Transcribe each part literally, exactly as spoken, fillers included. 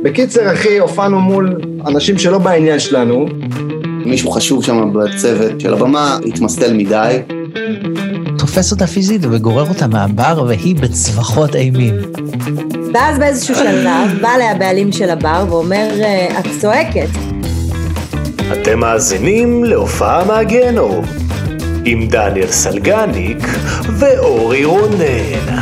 בקיצר, אחי, הופענו מול אנשים שלא בעניין שלנו. מישהו חשוב שם בצוות של הבמה, התמסטל מדי. תופס אותה פיזית וגורר אותה מהבר, והיא בצווחות אימים. ואז באיזשהו שלב, בא לה הבעלים של הבר ואומר, את צועקת. אתם מאזינים להופעה מהגיהנום, עם דניאל סלגניק ואורי רונן.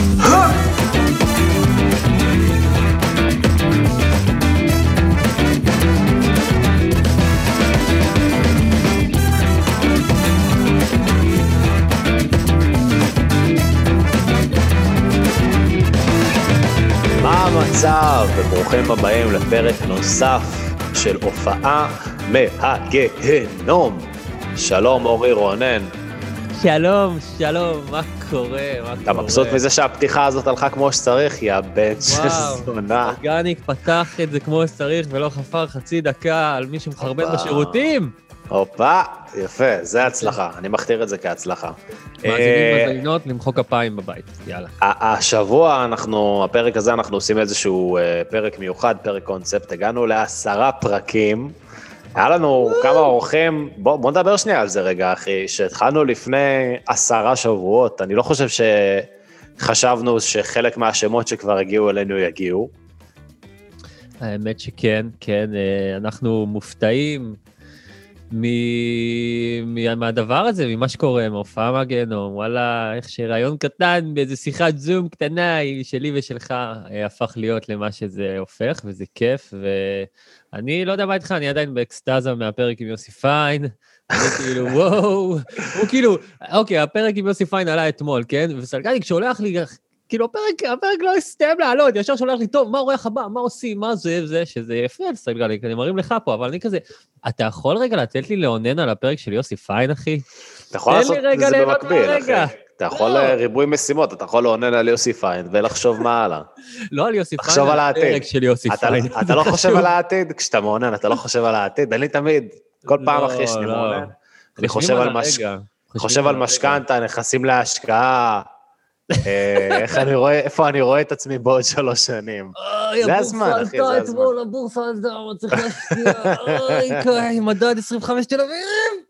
המצב, וברוכים הבאים לפרק נוסף של הופעה מהגיהנום. שלום אורי רונן. שלום, שלום, מה קורה? מה אתה מבסוט מזה שהפתיחה הזאת הלכה כמו שצריך, יא בן שזונה. אורגניק פתח את זה כמו שצריך ולא חפר חצי דקה על מי שמחרבן בשירותים. הופה, יפה, זה הצלחה, אני מכתיר את זה כהצלחה. מאזינים מזיינות למחוא כפיים בבית, יאללה. השבוע אנחנו, הפרק הזה אנחנו עושים איזשהו פרק מיוחד, פרק קונספט, הגענו לעשרה פרקים, היה לנו כמה אורחים, בוא נדבר שנייה על זה רגע אחי, שהתחלנו לפני עשרה שבועות, אני לא חושב שחשבנו שחלק מהשמות שכבר הגיעו אלינו יגיעו. האמת שכן, כן, אנחנו מופתעים, מהדבר הזה, ממה שקורה, מהופעה מהגיהנום, וואלה, איך שרעיון קטן, באיזו שיחת זום קטנה, שלי ושלך, הפך להיות למה שזה הופך, וזה כיף, ואני לא יודע מה איתך, אני עדיין באקסטאזה מהפרק עם יוסי פיין, אני כאילו, וואו, הוא כאילו, אוקיי, הפרק עם יוסי פיין עלה אתמול, כן? וסלגניק שולח לי, כאילו, הפרק, הפרק לא הסתיים לעלות, ישר שולח לי, טוב, מה אורח הבא, מה עושים, מה זה, זה, שזה יפה, סלגניק, אני מרים לך פה, אבל אני כזה, אתה יכול רגע לתת לי לעונן על הפרק של יוסי פיין, אחי? אתה יכול לעשות את זה במקביל, אחי. אתה יכול ריבוי משימות, אתה יכול לעונן על יוסי פיין, ולחשוב מה הלאה. לא על יוסי פיין, על הפרק של יוסי פיין. אתה לא חושב על העתיד, כשאתה מעונן, אתה לא חושב על העתיד, אני תמיד, כל פעם אחי שאני מעונן, אני חושב על משכנתה, נכנסים להשקעה, איך אני רואה, איפה אני רואה את עצמי בעוד שלוש שנים. זה הזמן, אחי, זה הזמן. הבורסה עלתה, צריך להשקיע, אוי, קוי, מדד עשרים וחמש תל אביב.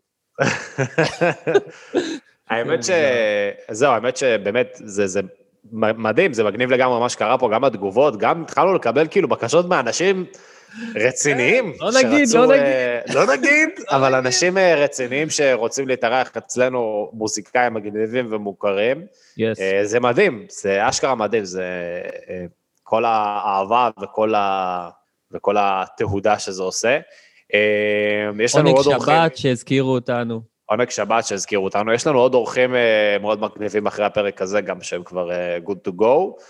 האמת ש... זהו, האמת שבאמת זה מדהים, זה מגניב לגמרי מה שקרה פה, גם התגובות, גם התחלנו לקבל כאילו בקשות מאנשים רציניים. לא נגיד, לא נגיד. לא נגיד, אבל אנשים רציניים שרוצים להתארח אצלנו מוזיקאים מגניבים ומוכרים. זה מדהים, זה אשכרה מדהים, זה כל האהבה וכל התהודה שזה עושה. עונג שבת שהזכירו אותנו. עונג שבת שהזכירו אותנו. יש לנו עוד אורחים מאוד מגניבים אחרי הפרק הזה, גם שהם כבר good to go.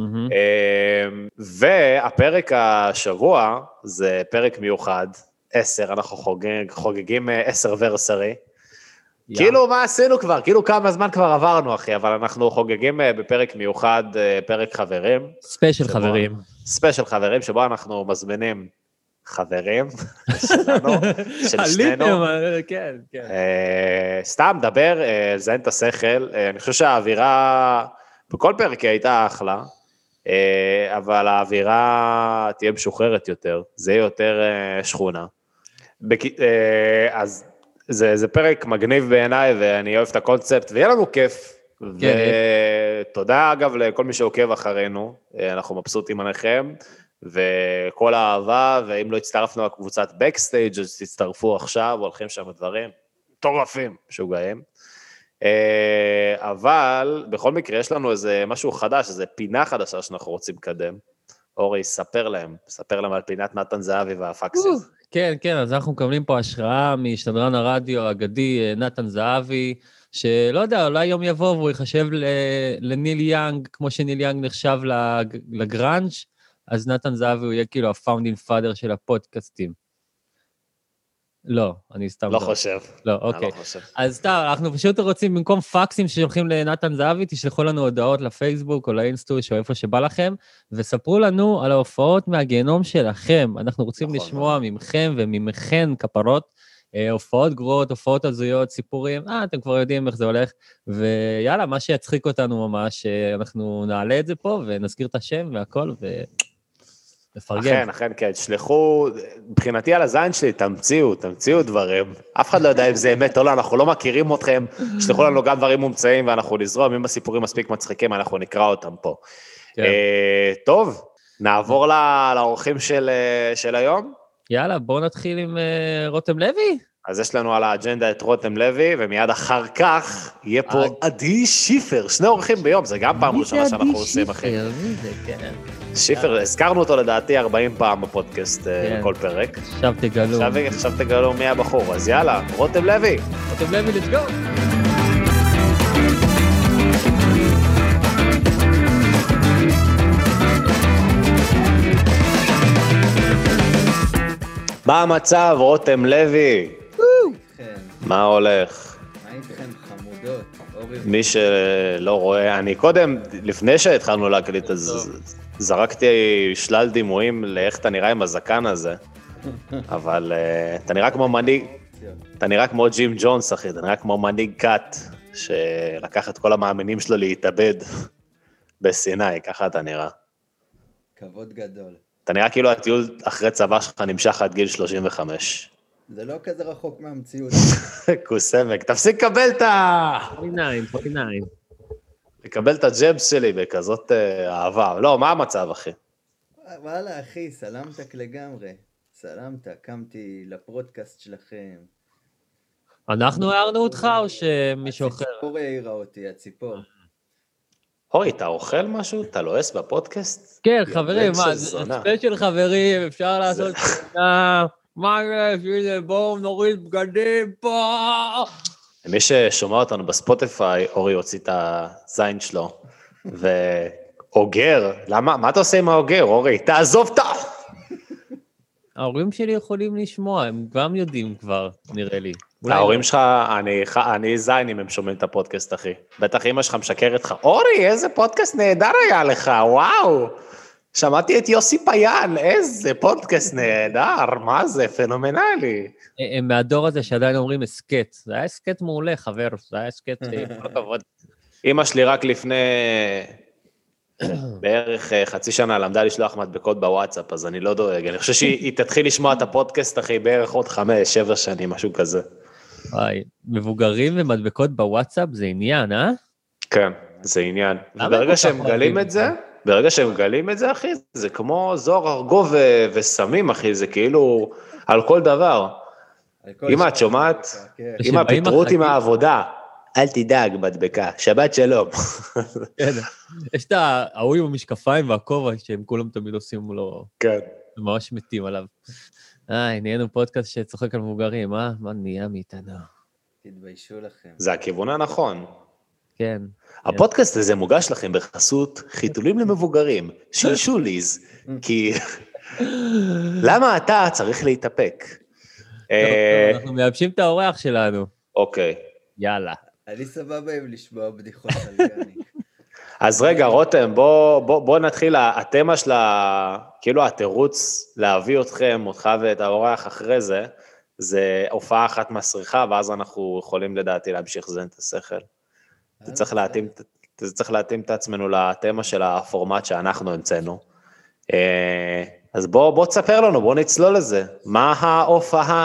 והפרק השבוע זה פרק מיוחד, עשר, אנחנו חוגגים עשר ורסרי. כאילו מה עשינו כבר, כאילו כמה זמן כבר עברנו אחי, אבל אנחנו חוגגים בפרק מיוחד, פרק חברים. ספיישל חברים. ספיישל חברים, שבו אנחנו מזמינים חברים שלנו, של שנינו. כן, כן. סתם דבר, זיין את השכל, אני חושב שהאווירה בכל פרק הייתה אחלה, אבל האווירה תהיה משוחררת יותר, זה יהיה יותר שכונה. אז זה, זה פרק מגניב בעיניי, ואני אוהב את הקונספט, ויהיה לנו כיף. ותודה אגב לכל מי שעוקב אחרינו, אנחנו מבסוטים עליכם, וכל האהבה, ואם לא הצטרפנו לקבוצת בקסטייג' אז תצטרפו עכשיו, הולכים שם דברים מטורפים, משוגעים. אבל בכל מקרה יש לנו איזה משהו חדש, איזה פינה חדשה שאנחנו רוצים לקדם. אורי, ספר להם, ספר להם על פינת נתן זהבי והפקסים. כן, כן, אז אנחנו מקבלים פה השראה משדרן הרדיו האגדי נתן זהבי, שלא יודע, אולי יום יבוא והוא יחשב לניל יאנג, כמו שניל יאנג נחשב לגרנג', אז נתן זהבי הוא יהיה כאילו הפאונדינג פאדר של הפודקאסטים. לא, אני סתם... לא חושב. לא, אוקיי. אז סתם, אנחנו פשוט רוצים, במקום פקסים ששולחים לנתן זהבי, תשלחו לנו הודעות לפייסבוק או לאינסטוש או איפה שבא לכם, וספרו לנו על ההופעות מהגיהנום שלכם. אנחנו רוצים לשמוע ממכם וממכן כפרות, הופעות גרועות, הופעות הזויות, סיפורים, אה, אתם כבר יודעים איך זה הולך, ויאללה, מה שיצחיק אותנו ממש, אנחנו נעלה את זה פה, ונזכיר את השם והכל, ו... מפרגן. אכן, אכן, כן, שלחו, מבחינתי על הזין שלי, תמציאו, תמציאו דברים. אף אחד לא יודע אם זה אמת או לא, אנחנו לא מכירים אתכם, שלחו לנו גם דברים מומצאים, ואנחנו נזרום, אם הסיפורים מספיק מצחיקים, אנחנו נקרא אותם פה. כן. אה, טוב, נעבור ל- לאורחים של, אה, של היום. יאללה, בואו נתחיל עם אה, רותם לוי. אז יש לנו על האג'נדה את רותם לוי, ומיד אחר כך יהיה פה אה. עדי שיפר, שני אורחים ביום, זה גם פעם ראשונה שאנחנו עושים, אחי. מי זה, כן. שיפר, הזכרנו אותו לדעתי ארבעים פעם בפודקאסט אה, כן. בכל פרק. עכשיו תגלו. עכשיו, עכשיו תגלו מי הבחור, אז יאללה, רותם לוי. רותם לוי, let's go. מה המצב, רותם לוי? כן, מה הולך? מה איתכם חמודות? אורי מי שלא רואה, אני קודם, לפני שהתחלנו להקליט, אז זרקתי שלל דימויים לאיך אתה נראה עם הזקן הזה, אבל אה, אתה נראה כמו מנהיג, אתה נראה כמו ג'ים ג'ונס, אחי, אתה נראה כמו מנהיג קאט, שלקח את כל המאמינים שלו להתאבד בסיני, ככה אתה נראה. כבוד גדול. אתה נראה כאילו הטיול אחרי צבא שלך נמשך עד גיל שלושים וחמש. זה לא כזה רחוק מהמציאות. קוסמק, תפסיק לקבל את ה... פורטי-ניין, פורטי-ניין. לקבל את הג'אבס שלי בכזאת אה, אהבה. לא, מה המצב, אחי? וואלה, אחי, סלמתק לגמרי. סלמת, קמתי לפרודקאסט שלכם. אנחנו הערנו אותך או שמישהו אחר? הציפור העירה אותי, הציפור. אוי, אתה אוכל משהו? אתה לועס בפודקאסט? כן, חברים, בן מה, של זה זונה. ספיישל חברים, אפשר לעשות... אה, מה יש, הנה, בואו נוריד בגדים פה. מי ששומע אותנו בספוטיפיי, אורי הוציא את הזין שלו, ואוגר, למה? מה אתה עושה עם האוגר, אורי? תעזוב את ה... ההורים שלי יכולים לשמוע, הם גם יודעים כבר, נראה לי. אולי ההורים לא. שלך, אני, אני זין אם הם שומעים את הפודקאסט, אחי. בטח אמא שלך משקרת לך, אורי, איזה פודקאסט נהדר היה לך, וואו. שמעתי את יוסי פיין, איזה פודקאסט נהדר, מה זה, פנומנלי. הם מהדור הזה שעדיין אומרים הסקט. זה היה הסקט מעולה, חבר, זה היה הסקט, כל הכבוד. אמא שלי רק לפני בערך חצי שנה למדה לשלוח מדבקות בוואטסאפ, אז אני לא דואג. אני חושב שהיא תתחיל לשמוע את הפודקאסט, אחי, בערך עוד חמש, שבע שנים, משהו כזה. וואי, מבוגרים ומדבקות בוואטסאפ זה עניין, אה? כן, זה עניין. למה וברגע כל שהם כך מגלים אוהבים את זה, ברגע שהם מגלים את זה, אחי, זה כמו זוהר ארגוב ו- וסמים, אחי, זה כאילו על כל דבר. על כל אם שעה. את שומעת, כן. אם שבאים פיטרו אותי החגים- מהעבודה, אל תדאג, מדבקה, שבת שלום. כן. יש את ההוא עם המשקפיים והכובע שהם כולם תמיד עושים לו, כן. ממש מתים עליו. איי, נהיינו פודקאסט שצוחק על מבוגרים, אה? מה נהיה מאיתנו? תתביישו לכם. זה הכיוון הנכון. כן. הפודקאסט הזה מוגש לכם בחסות חיתולים למבוגרים, שלשוליז, כי למה אתה צריך להתאפק? אה, אנחנו מייבשים את האורח שלנו. אוקיי. יאללה. אני סבבה עם לשמוע בדיחות על גניק. אז רגע, רותם, בוא, בוא, בוא נתחיל, התמה של ה... כאילו התירוץ להביא אתכם, אותך ואת האורח אחרי זה, זה הופעה אחת מסריחה, ואז אנחנו יכולים לדעתי להמשיך זן את השכל. זה צריך להתאים, זה צריך להתאים את עצמנו לתמה של הפורמט שאנחנו המצאנו. אז בוא, בוא תספר לנו, בוא נצלול לזה. מה ההופעה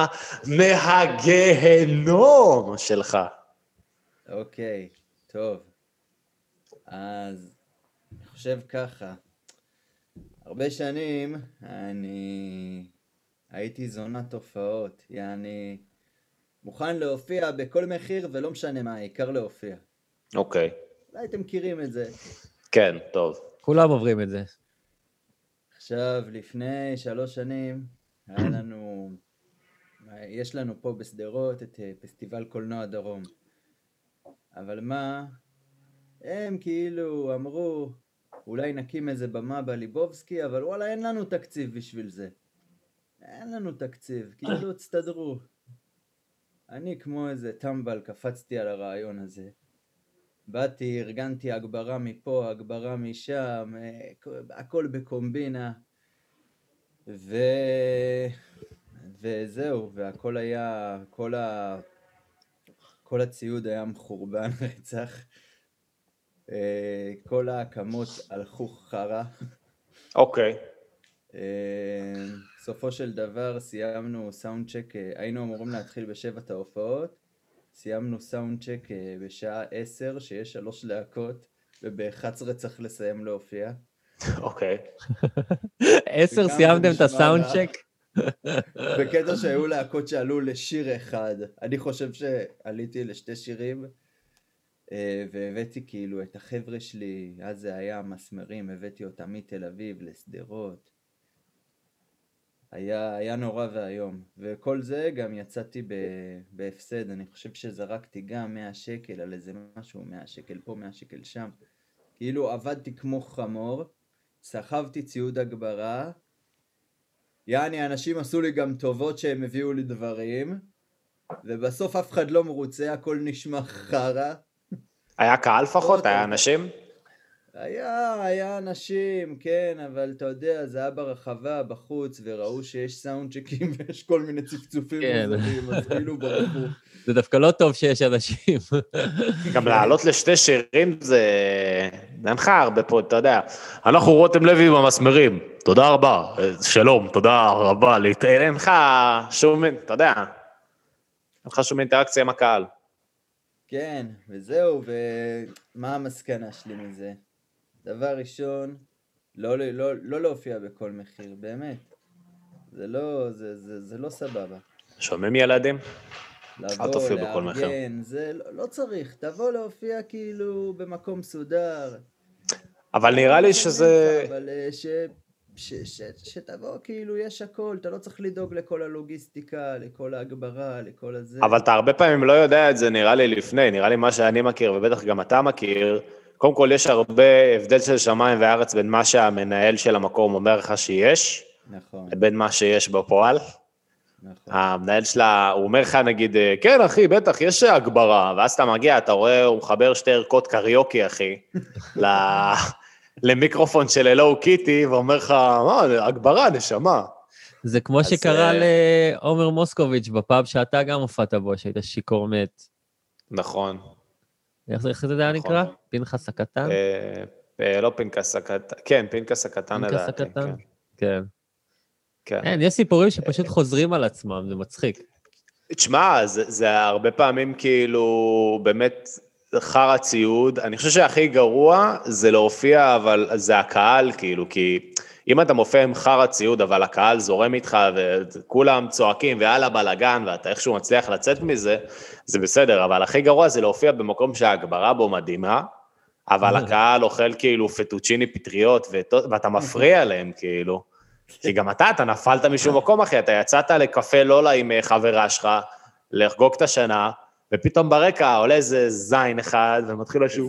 מהגהנום שלך? אוקיי, טוב. אז אני חושב ככה. הרבה שנים אני הייתי זונת תופעות. יעני מוכן להופיע בכל מחיר ולא משנה מה, העיקר להופיע. אוקיי. אולי אתם מכירים את זה. כן, טוב. כולם עוברים את זה. עכשיו, לפני שלוש שנים, היה לנו, יש לנו פה בסדרות את פסטיבל קולנוע דרום. אבל מה, הם כאילו אמרו, אולי נקים איזה במה בליבובסקי, אבל וואלה, אין לנו תקציב בשביל זה. אין לנו תקציב, כאילו תסתדרו. אני כמו איזה טמבל קפצתי על הרעיון הזה. באתי, ארגנתי הגברה מפה, הגברה משם, הכל בקומבינה, ו... וזהו, והכל היה, כל, ה... כל הציוד היה מחורבן רצח, כל ההקמות הלכו חרה. אוקיי. בסופו של דבר סיימנו סאונד צ'ק, היינו אמורים להתחיל בשבעת ההופעות, סיימנו סאונד צ'ק בשעה עשר, שיש שלוש להקות, וב-אחת עשרה צריך לסיים להופיע. אוקיי. עשר סיימתם את הסאונד צ'ק? בקטע שהיו להקות שעלו לשיר אחד, אני חושב שעליתי לשתי שירים, והבאתי כאילו את החבר'ה שלי, אז זה היה מסמרים, הבאתי אותם מתל אביב לסדרות. היה, היה נורא והיום, וכל זה גם יצאתי ב, בהפסד, אני חושב שזרקתי גם מאה שקל על איזה משהו, מאה שקל פה, מאה שקל שם. כאילו עבדתי כמו חמור, סחבתי ציוד הגברה, יעני אנשים עשו לי גם טובות שהם הביאו לי דברים, ובסוף אף אחד לא מרוצה, הכל נשמע חרה. היה קהל לפחות? היה אנשים? היה, היה אנשים, כן, אבל אתה יודע, זה היה ברחבה, בחוץ, וראו שיש סאונד צ'קים ויש כל מיני צפצופים מוזרים, אז כאילו ברחו. זה דווקא לא טוב שיש אנשים. גם לעלות לשתי שירים זה... אין לך הרבה פה, אתה יודע. אנחנו רותם לוי במסמרים, תודה רבה, שלום, תודה רבה, אין לך שום, אתה יודע, אין לך שום אינטראקציה עם הקהל. כן, וזהו, ומה המסקנה שלי מזה? דבר ראשון, לא, לא, לא להופיע בכל מחיר, באמת. זה לא, זה, זה, זה לא סבבה. שומעים ילדים? לבוא, לארגן, זה לא, לא צריך, תבוא להופיע כאילו במקום סודר. אבל נראה לי שזה... אבל ש, ש, ש, שתבוא כאילו יש הכל, אתה לא צריך לדאוג לכל הלוגיסטיקה, לכל ההגברה, לכל הזה. אבל אתה הרבה פעמים לא יודע את זה, נראה לי לפני, נראה לי מה שאני מכיר, ובטח גם אתה מכיר, קודם כל יש הרבה הבדל של שמיים וארץ בין מה שהמנהל של המקום אומר לך שיש, נכון. לבין מה שיש בפועל. נכון. המנהל שלה, הוא אומר לך נגיד, כן אחי, בטח, יש הגברה, ואז אתה מגיע, אתה רואה, הוא מחבר שתי ערכות קריוקי, אחי, למיקרופון של אלו קיטי, ואומר לך, מה, הגברה, נשמה. זה כמו שקרה לעומר מוסקוביץ' בפאב שאתה גם הופעת בו, שהיית שיקור מת. נכון. איך זה היה נקרא? פנחס הקטן? לא פנקס הקטן, כן, פנקס הקטן לדעתי. פנקס הקטן? כן. כן. אין, יש סיפורים שפשוט חוזרים על עצמם, זה מצחיק. תשמע, זה, זה הרבה פעמים כאילו, באמת חר הציוד, אני חושב שהכי גרוע זה להופיע, אבל זה הקהל כאילו, כי אם אתה מופיע עם חר הציוד, אבל הקהל זורם איתך, וכולם צועקים, ועלה בלגן, ואתה איכשהו מצליח לצאת מזה, זה בסדר, אבל הכי גרוע זה להופיע במקום שההגברה בו מדהימה, אבל הקהל אוכל כאילו פטוצ'יני פטריות, ואתה מפריע להם כאילו, כי גם אתה, אתה נפלת משום מקום אחי, אתה יצאת לקפה לולה עם חברה שלך, לחגוג את השנה, ופתאום ברקע עולה איזה זין אחד, ומתחיל לשיר,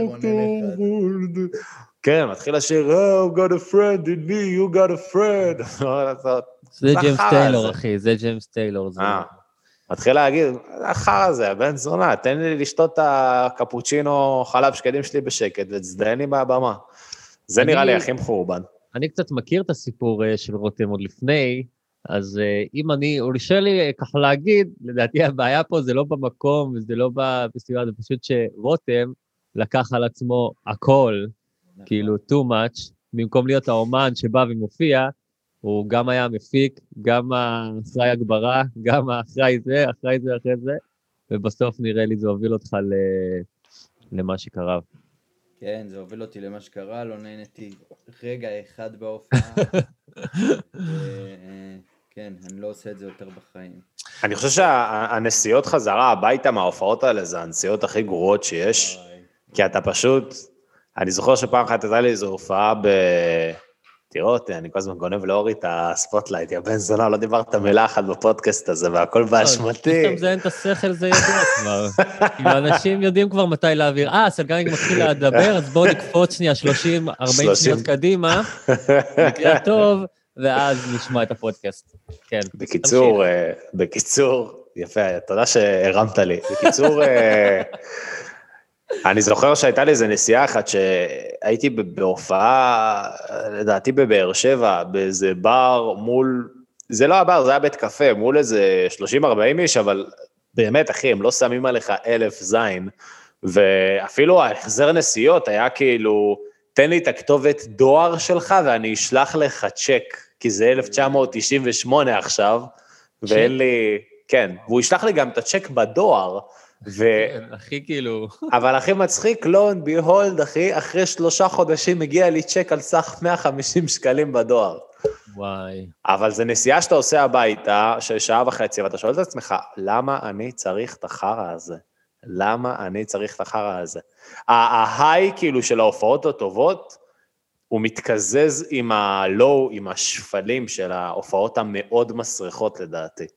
כן, מתחיל לשיר, oh, got a friend in me, you got a friend. זה ג'יימס טיילור, אחי, זה ג'יימס טיילור. מתחיל להגיד, אחר הזה, הבן זונה, תן לי לשתות את הקפוצ'ינו חלב שקדים שלי בשקט, ותזדהני מהבמה. זה נראה לי הכי מחורבן. אני קצת מכיר את הסיפור של רותם עוד לפני, אז אם אני, הוא רשה לי ככה להגיד, לדעתי הבעיה פה זה לא במקום, וזה לא בפסטיבל, זה פשוט שרותם לקח על עצמו הכל, כאילו too much, במקום להיות האומן שבא ומופיע, הוא גם היה מפיק, גם האחראי הגברה, גם האחראי זה, אחראי זה, אחרי זה, ובסוף נראה לי זה הוביל אותך למה שקרה. כן, זה הוביל אותי למה שקרה, לא נהנתי רגע אחד בהופעה. כן, אני לא עושה את זה יותר בחיים. אני חושב שהנסיעות חזרה הביתה מההופעות האלה, זה הנסיעות הכי גרועות שיש, כי אתה פשוט, אני זוכר שפעם אחת הייתה לי איזו הופעה ב... תראו אותי, אני כל הזמן גונב לאורי את הספוטלייט, יא בן זונה, לא דיברת מילה אחת בפודקאסט הזה, והכל באשמתי. פתאום זה אין את השכל, זה ידוע כבר. כאילו, אנשים יודעים כבר מתי להעביר. אה, סלגני מתחיל לדבר, אז בואו נקפוץ שנייה, שלושים ארבעים שניות קדימה, נקרא טוב, ואז נשמע את הפודקאסט. כן. בקיצור, בקיצור, יפה, תודה שהרמת לי. בקיצור, אני זוכר שהייתה לי איזו נסיעה אחת שהייתי בהופעה, לדעתי בבאר שבע, באיזה בר מול, זה לא הבר, זה היה בית קפה, מול איזה שלושים ארבעים איש, אבל באמת אחי, הם לא שמים עליך אלף זין, ואפילו ההחזר נסיעות היה כאילו, תן לי את הכתובת דואר שלך ואני אשלח לך צ'ק, כי זה אלף תשע מאות תשעים ושמונה עכשיו, ואין לי, כן, והוא ישלח לי גם את הצ'ק בדואר, ו... הכי כאילו... אבל הכי מצחיק, לא, ביהולד, אחי, אחרי שלושה חודשים הגיע לי צ'ק על סך מאה וחמישים שקלים בדואר. וואי. אבל זה נסיעה שאתה עושה הביתה, של שעה וחצי, ואתה שואל את עצמך, למה אני צריך את החרא הזה? למה אני צריך את החרא הזה? ההיי, כאילו, של ההופעות הטובות, הוא מתקזז עם הלואו, עם השפלים של ההופעות המאוד מסריחות, לדעתי.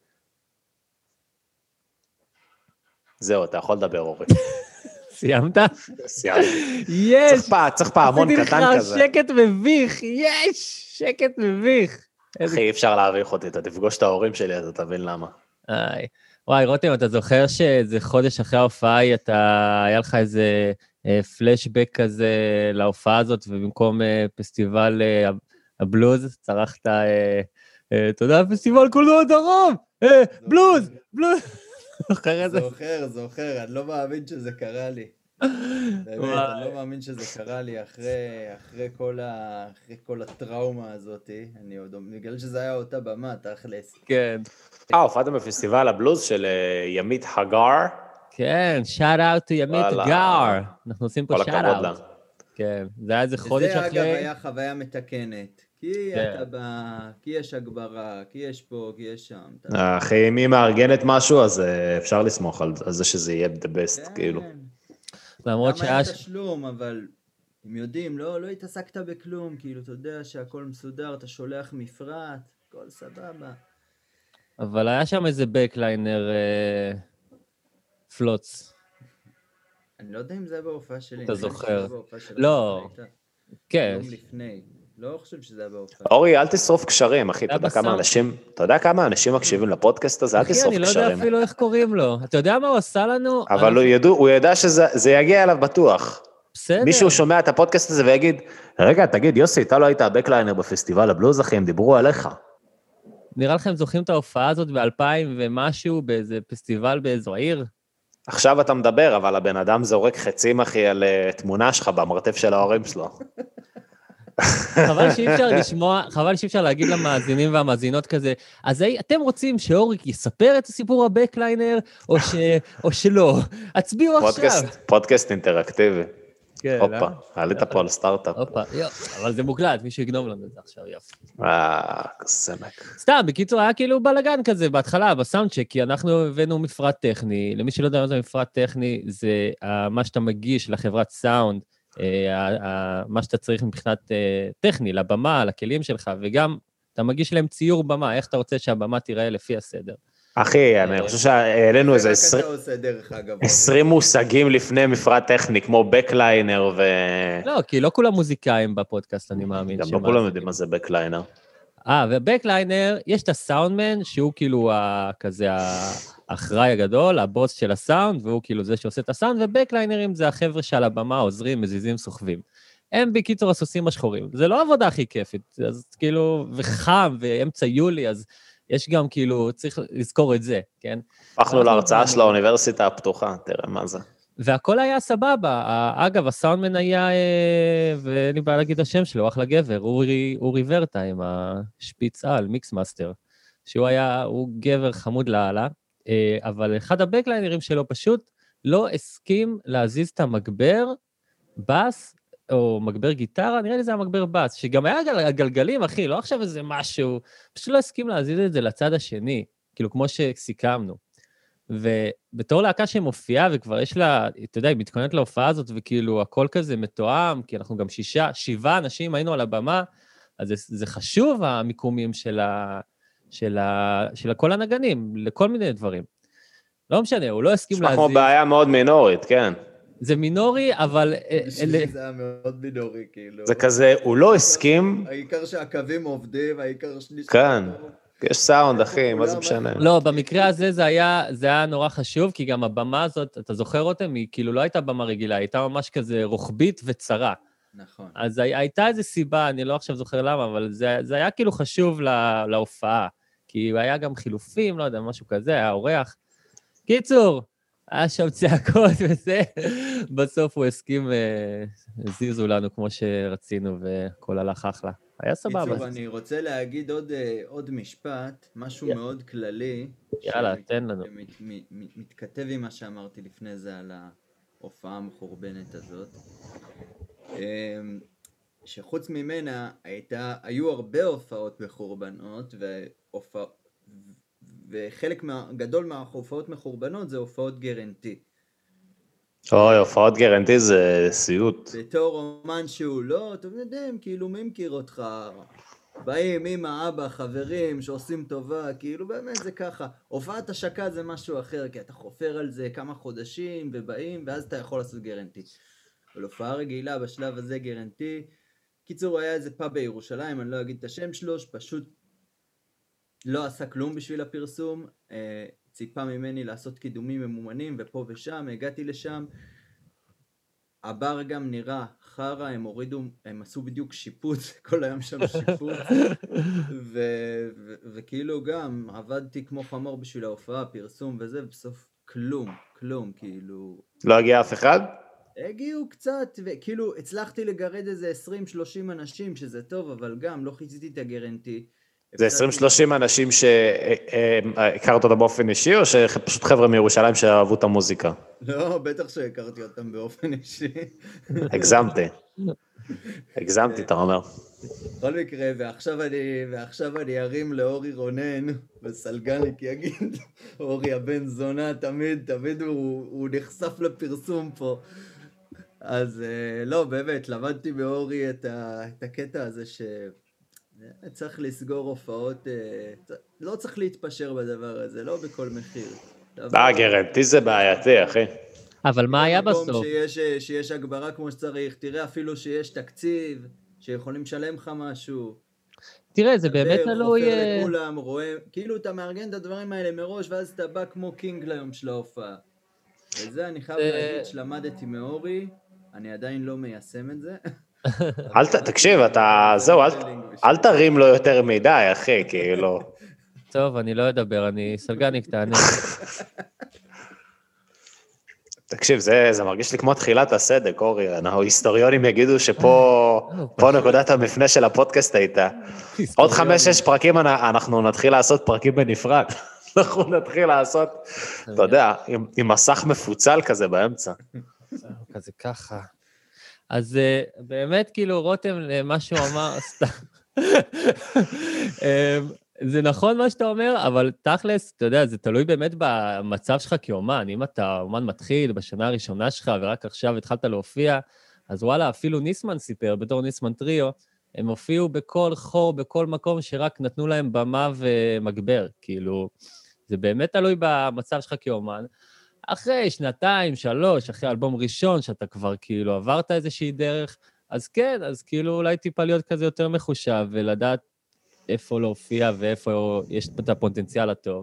זהו, אתה יכול לדבר, אורי. סיימת? סיימתי. יש! צריך פעמון קטן כזה. עשיתי לך שקט מביך, יש! שקט מביך. אחי, אי אפשר להביך אותי, אתה תפגוש את ההורים שלי, אז אתה תבין למה. איי. וואי, רותם, אתה זוכר שאיזה חודש אחרי ההופעה, אתה, היה לך איזה אה, פלשבק כזה להופעה הזאת, ובמקום אה, פסטיבל אה, הבלוז, צרכת, אה, אה, תודה, פסטיבל קולנוע דרום, אה, בלוז, בלוז. זוכר את זה? זוכר, זוכר, אני לא מאמין שזה קרה לי. באמת, אני לא מאמין שזה קרה לי אחרי, אחרי כל ה, אחרי כל הטראומה הזאת. אני עוד, בגלל שזה היה אותה במה, תכלס. כן. אה, הופעתם בפסטיבל הבלוז של ימית הגר. כן, שאט אאוט to ימית הגר. אנחנו עושים פה שאט אאוט. כן, זה היה איזה חודש אחרי. זה אגב היה חוויה מתקנת. כי אתה בא, כי יש הגברה, כי יש פה, כי יש שם. אחי, אם היא מארגנת משהו, אז אפשר לסמוך על זה שזה יהיה the best, כאילו. למרות שהיה... למה אין תשלום, אבל הם יודעים, לא, לא התעסקת בכלום, כאילו, אתה יודע שהכל מסודר, אתה שולח מפרט, הכל סבבה. אבל היה שם איזה בקליינר פלוץ. אני לא יודע אם זה היה בהופעה שלי. אתה זוכר. לא. כן. יום לפני. לא חושב שזה היה בהופעה. אורי, אל תשרוף קשרים, אחי, אתה יודע כמה אנשים, אתה יודע כמה אנשים מקשיבים לפודקאסט הזה, אל תשרוף קשרים. אחי, אני לא יודע אפילו איך קוראים לו. אתה יודע מה הוא עשה לנו? אבל הוא ידע שזה יגיע אליו בטוח. בסדר. מישהו שומע את הפודקאסט הזה ויגיד, רגע, תגיד, יוסי, אתה לא היית הבקליינר בפסטיבל הבלוז, אחי, הם דיברו עליך. נראה לכם זוכרים את ההופעה הזאת ב-אלפיים ומשהו, באיזה פסטיבל באיזו עיר? עכשיו אתה מדבר, אבל הבן אדם זורק חצים, אחי, על תמונה שלך במרתף של ההורים שלו. חבל שאי אפשר לשמוע, חבל שאי אפשר להגיד למאזינים והמאזינות כזה, אז אתם רוצים שאוריק יספר את הסיפור הבקליינר, או, ש, או שלא? הצביעו עכשיו. פודקאסט, פודקאסט אינטראקטיבי. כן, הופה, עלית פה על סטארט-אפ. הופה, יופי, אבל זה מוקלט, מישהו יגנוב לנו את זה עכשיו, יופי. אה, סמק. סתם, בקיצור, היה כאילו בלגן כזה, בהתחלה, בסאונדצ'ק, כי אנחנו הבאנו מפרט טכני, למי שלא יודע מה זה מפרט טכני, זה מה שאתה מגיש לחברת סאונד, מה שאתה צריך מבחינת טכני, לבמה, לכלים שלך, וגם אתה מגיש להם ציור במה, איך אתה רוצה שהבמה תיראה לפי הסדר. אחי, אני חושב שהעלינו איזה עשרים מושגים לפני מפרט טכני, כמו בקליינר ו... לא, כי לא כולם מוזיקאים בפודקאסט, אני מאמין. גם לא כולם יודעים מה זה בקליינר. אה, ובקליינר, יש את הסאונדמן, שהוא כאילו כזה האחראי הגדול, הבוס של הסאונד, והוא כאילו זה שעושה את הסאונד, ובקליינרים זה החבר'ה שעל הבמה עוזרים, מזיזים, סוחבים. הם בקיצור הסוסים השחורים. זה לא עבודה הכי כיפית, אז כאילו, וחם, ואמצע יולי, אז יש גם כאילו, צריך לזכור את זה, כן? הפכנו להרצאה של האוניברסיטה הפתוחה, תראה מה זה. והכל היה סבבה. אגב, הסאונדמן היה, ואין לי בעיה להגיד השם שלו, אחלה גבר, אורי, אורי ורטה עם השפיץ על, מיקס מאסטר, שהוא היה, הוא גבר חמוד לעלה, אבל אחד הבקליינרים שלו פשוט לא הסכים להזיז את המגבר בס, או מגבר גיטרה, נראה לי זה המגבר בס, שגם היה הגלגלים, אחי, לא עכשיו איזה משהו, פשוט לא הסכים להזיז את זה לצד השני, כאילו כמו שסיכמנו. ובתור להקה שמופיעה, וכבר יש לה, אתה יודע, היא מתכוננת להופעה הזאת, וכאילו הכל כזה מתואם, כי אנחנו גם שישה, שבעה אנשים היינו על הבמה, אז זה, זה חשוב המיקומים של, ה, של, ה, של כל הנגנים, לכל מיני דברים. לא משנה, הוא לא הסכים להזיז. כמו בעיה מאוד מינורית, כן. זה מינורי, אבל... זה היה מאוד מינורי, כאילו. זה כזה, הוא לא הסכים... העיקר שהקווים עובדים, העיקר שני... כן, יש סאונד, אחי, מה זה משנה? לא, במקרה הזה זה היה, זה היה נורא חשוב, כי גם הבמה הזאת, אתה זוכר אותם, היא כאילו לא הייתה במה רגילה, היא הייתה ממש כזה רוחבית וצרה. נכון. אז הייתה איזו סיבה, אני לא עכשיו זוכר למה, אבל זה, זה היה כאילו חשוב לה, להופעה, כי היה גם חילופים, לא יודע, משהו כזה, היה אורח. קיצור, היה שם צעקות וזה, בסוף הוא הסכים, הזיזו לנו כמו שרצינו, והכל הלך אחלה. היה סבבה. קיצור, אני רוצה להגיד עוד, עוד משפט, משהו י... מאוד כללי. יאללה, שמת, תן לנו. מת, מת, מת, מתכתב עם מה שאמרתי לפני זה על ההופעה המחורבנת הזאת. שחוץ ממנה הייתה, היו הרבה הופעות מחורבנות, והופע... וחלק מה, גדול מההופעות מחורבנות זה הופעות גרנטי. אוי, הופעות גרנטי זה סיוט. בתור אומן שהוא לא, אתם יודעים, כאילו מי מכיר אותך? באים אמא, אבא, חברים שעושים טובה, כאילו באמת זה ככה. הופעת השקה זה משהו אחר, כי אתה חופר על זה כמה חודשים ובאים, ואז אתה יכול לעשות גרנטי. אבל הופעה רגילה בשלב הזה גרנטי, קיצור היה איזה פאב בירושלים, אני לא אגיד את השם שלו, שפשוט לא עשה כלום בשביל הפרסום, ציפה ממני לעשות קידומים ממומנים, ופה ושם, הגעתי לשם, הבר גם נראה חרה, הם הורידו, הם עשו בדיוק שיפוץ, כל היום שם שיפוץ, וכאילו גם עבדתי כמו חמור בשביל ההופעה, פרסום וזה, ובסוף כלום, כלום, כאילו... לא הגיע אף אחד? הגיעו קצת, וכאילו הצלחתי לגרד איזה עשרים שלושים אנשים, שזה טוב, אבל גם לא חיציתי את הגרנטי. זה עשרים שלושים אנשים שהכרת אותם באופן אישי, או שפשוט חבר'ה מירושלים שאהבו את המוזיקה? לא, בטח שהכרתי אותם באופן אישי. הגזמתי. הגזמתי, אתה אומר. בכל מקרה, ועכשיו אני, ועכשיו אני ארים לאורי רונן, וסלגניק יגיד, אורי הבן זונה, תמיד, תמיד הוא, הוא נחשף לפרסום פה. אז לא, באמת, למדתי מאורי את, ה, את הקטע הזה ש... צריך לסגור הופעות, לא צריך להתפשר בדבר הזה, לא בכל מחיר. אה, גרנטי זה בעייתי, אחי. אבל מה היה בסוף? שיש, שיש הגברה כמו שצריך, תראה אפילו שיש תקציב, שיכולים לשלם לך משהו. תראה, זה באמת תלוי... חופר לכולם, רואה, כאילו אתה מארגן את הדברים האלה מראש, ואז אתה בא כמו קינג ליום של ההופעה. וזה אני חייב להגיד שלמדתי מאורי, אני עדיין לא מיישם את זה. אל ת... תקשיב, אתה... זהו, אל, אל תרים לו יותר מדי, אחי, כאילו. טוב, אני לא אדבר, אני סלגניק, תענה. תקשיב, זה, זה מרגיש לי כמו תחילת הסדק, אורי. אנחנו היסטוריונים יגידו שפה פה נקודת המפנה של הפודקאסט הייתה. עוד חמש, שש פרקים אנחנו נתחיל לעשות פרקים בנפרד. אנחנו נתחיל לעשות, אתה יודע, עם, עם מסך מפוצל כזה באמצע. כזה ככה. אז באמת, כאילו, רותם, מה שהוא אמר, זה נכון מה שאתה אומר, אבל תכלס, אתה יודע, זה תלוי באמת במצב שלך כאומן. אם אתה אומן מתחיל בשנה הראשונה שלך, ורק עכשיו התחלת להופיע, אז וואלה, אפילו ניסמן סיפר, בתור ניסמן טריו, הם הופיעו בכל חור, בכל מקום, שרק נתנו להם במה ומגבר. כאילו, זה באמת תלוי במצב שלך כאומן. אחרי שנתיים, שלוש, אחרי אלבום ראשון, שאתה כבר כאילו עברת איזושהי דרך, אז כן, אז כאילו אולי טיפה להיות כזה יותר מחושב, ולדעת איפה להופיע ואיפה יש את הפוטנציאל הטוב.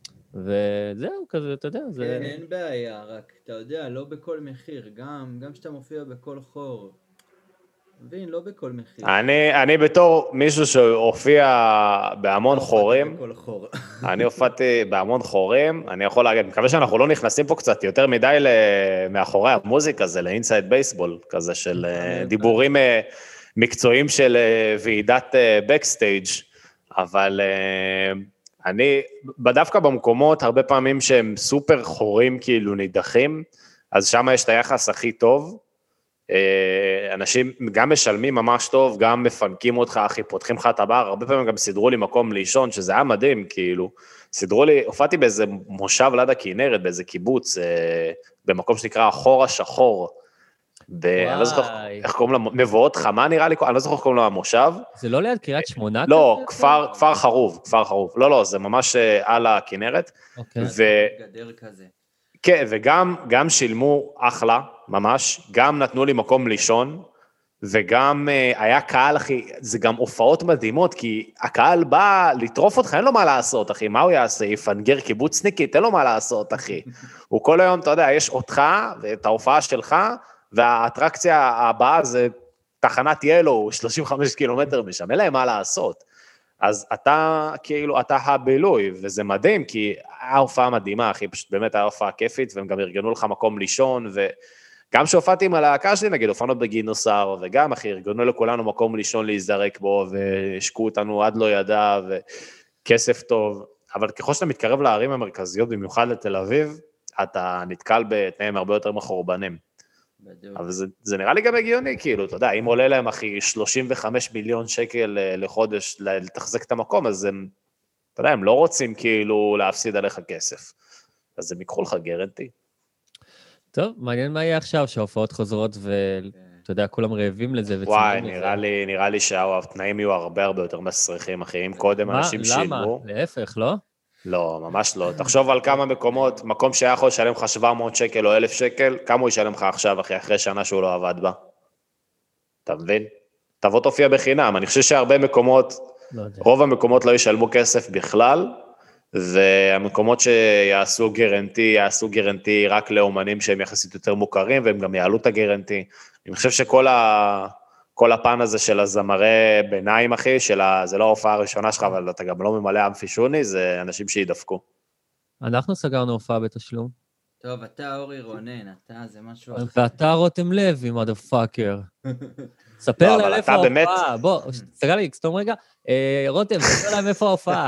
וזהו, כזה, אתה יודע, זה... כן, אין בעיה, רק אתה יודע, לא בכל מחיר, גם, גם שאתה מופיע בכל חור. מבין, לא בכל מחיר. אני, אני בתור מישהו שהופיע בהמון חורים, אני הופעתי בהמון חורים, אני יכול להגיד, מקווה שאנחנו לא נכנסים פה קצת יותר מדי מאחורי המוזיקה, זה לאינסייד בייסבול, כזה של דיבורים מקצועיים של ועידת בקסטייג', אבל אני, דווקא במקומות, הרבה פעמים שהם סופר חורים כאילו נידחים, אז שם יש את היחס הכי טוב, אנשים גם משלמים ממש טוב, גם מפנקים אותך, אחי, פותחים לך את הבר, הרבה פעמים גם סידרו לי מקום לישון, שזה היה מדהים, כאילו, סידרו לי, הופעתי באיזה מושב ליד הכנרת, באיזה קיבוץ, במקום שנקרא החור השחור, ואני לא זוכר איך קוראים לה, מבואות חמה נראה לי, אני לא זוכר איך קוראים לה המושב. זה לא ליד קריית שמונה? לא, כפר, כפר חרוב, כפר חרוב, לא, לא, זה ממש על הכנרת, גדר כזה. כן, וגם גם שילמו אחלה, ממש, גם נתנו לי מקום לישון, וגם היה קהל, אחי, זה גם הופעות מדהימות, כי הקהל בא לטרוף אותך, אין לו מה לעשות, אחי, מה הוא יעשה? יפנגר קיבוצניקית, אין לו מה לעשות, אחי. הוא כל היום, אתה יודע, יש אותך, ואת ההופעה שלך, והאטרקציה הבאה זה תחנת ילו, שלושים וחמישה קילומטר משם, אין להם מה לעשות. אז אתה, כאילו, אתה הבילוי, וזה מדהים, כי ההופעה מדהימה, אחי, פשוט באמת היה הופעה כיפית, והם גם ארגנו לך מקום לישון, וגם שהופעתי עם הלהקה שלי, נגיד, הופענו בגינוסר, וגם, אחי, ארגנו לכולנו מקום לישון להיזרק בו, והשקעו אותנו עד לא ידע, וכסף טוב, אבל ככל שאתה מתקרב לערים המרכזיות, במיוחד לתל אביב, אתה נתקל בתנאים הרבה יותר מחורבנים. בדיוק. אבל זה, זה נראה לי גם הגיוני, כאילו, אתה יודע, אם עולה להם, אחי, שלושים וחמישה מיליון שקל לחודש לתחזק את המקום, אז הם, אתה יודע, הם לא רוצים כאילו להפסיד עליך כסף. אז הם ייקחו לך גרנטי. טוב, מעניין מה יהיה עכשיו, שההופעות חוזרות, ואתה יודע, כולם רעבים לזה. וואי, נראה לי, נראה לי שהתנאים יהיו הרבה הרבה יותר מסריחים, אחי, אם קודם אנשים שילמו. למה? להפך, לא? לא, ממש לא. תחשוב על כמה מקומות, מקום שהיה יכול לשלם לך שבע מאות שקל או אלף שקל, כמה הוא ישלם לך עכשיו, אחי, אחרי שנה שהוא לא עבד בה? אתה מבין? תבוא תופיע בחינם. אני חושב שהרבה מקומות, לא רוב המקומות לא ישלמו כסף בכלל, והמקומות שיעשו גרנטי, יעשו גרנטי רק לאומנים שהם יחסית יותר מוכרים, והם גם יעלו את הגרנטי. אני חושב שכל ה... כל הפן הזה של הזמרי ביניים, אחי, של ה... זה לא ההופעה הראשונה שלך, אבל אתה גם לא ממלא אמפי שוני, זה אנשים שידפקו. אנחנו סגרנו הופעה בתשלום. טוב, אתה אורי רונן, אתה זה משהו... ואתה רותם לוי, מודפאקר. ספר להם איפה ההופעה. בוא, סגר לי, סתום רגע. רותם, ספר להם איפה ההופעה.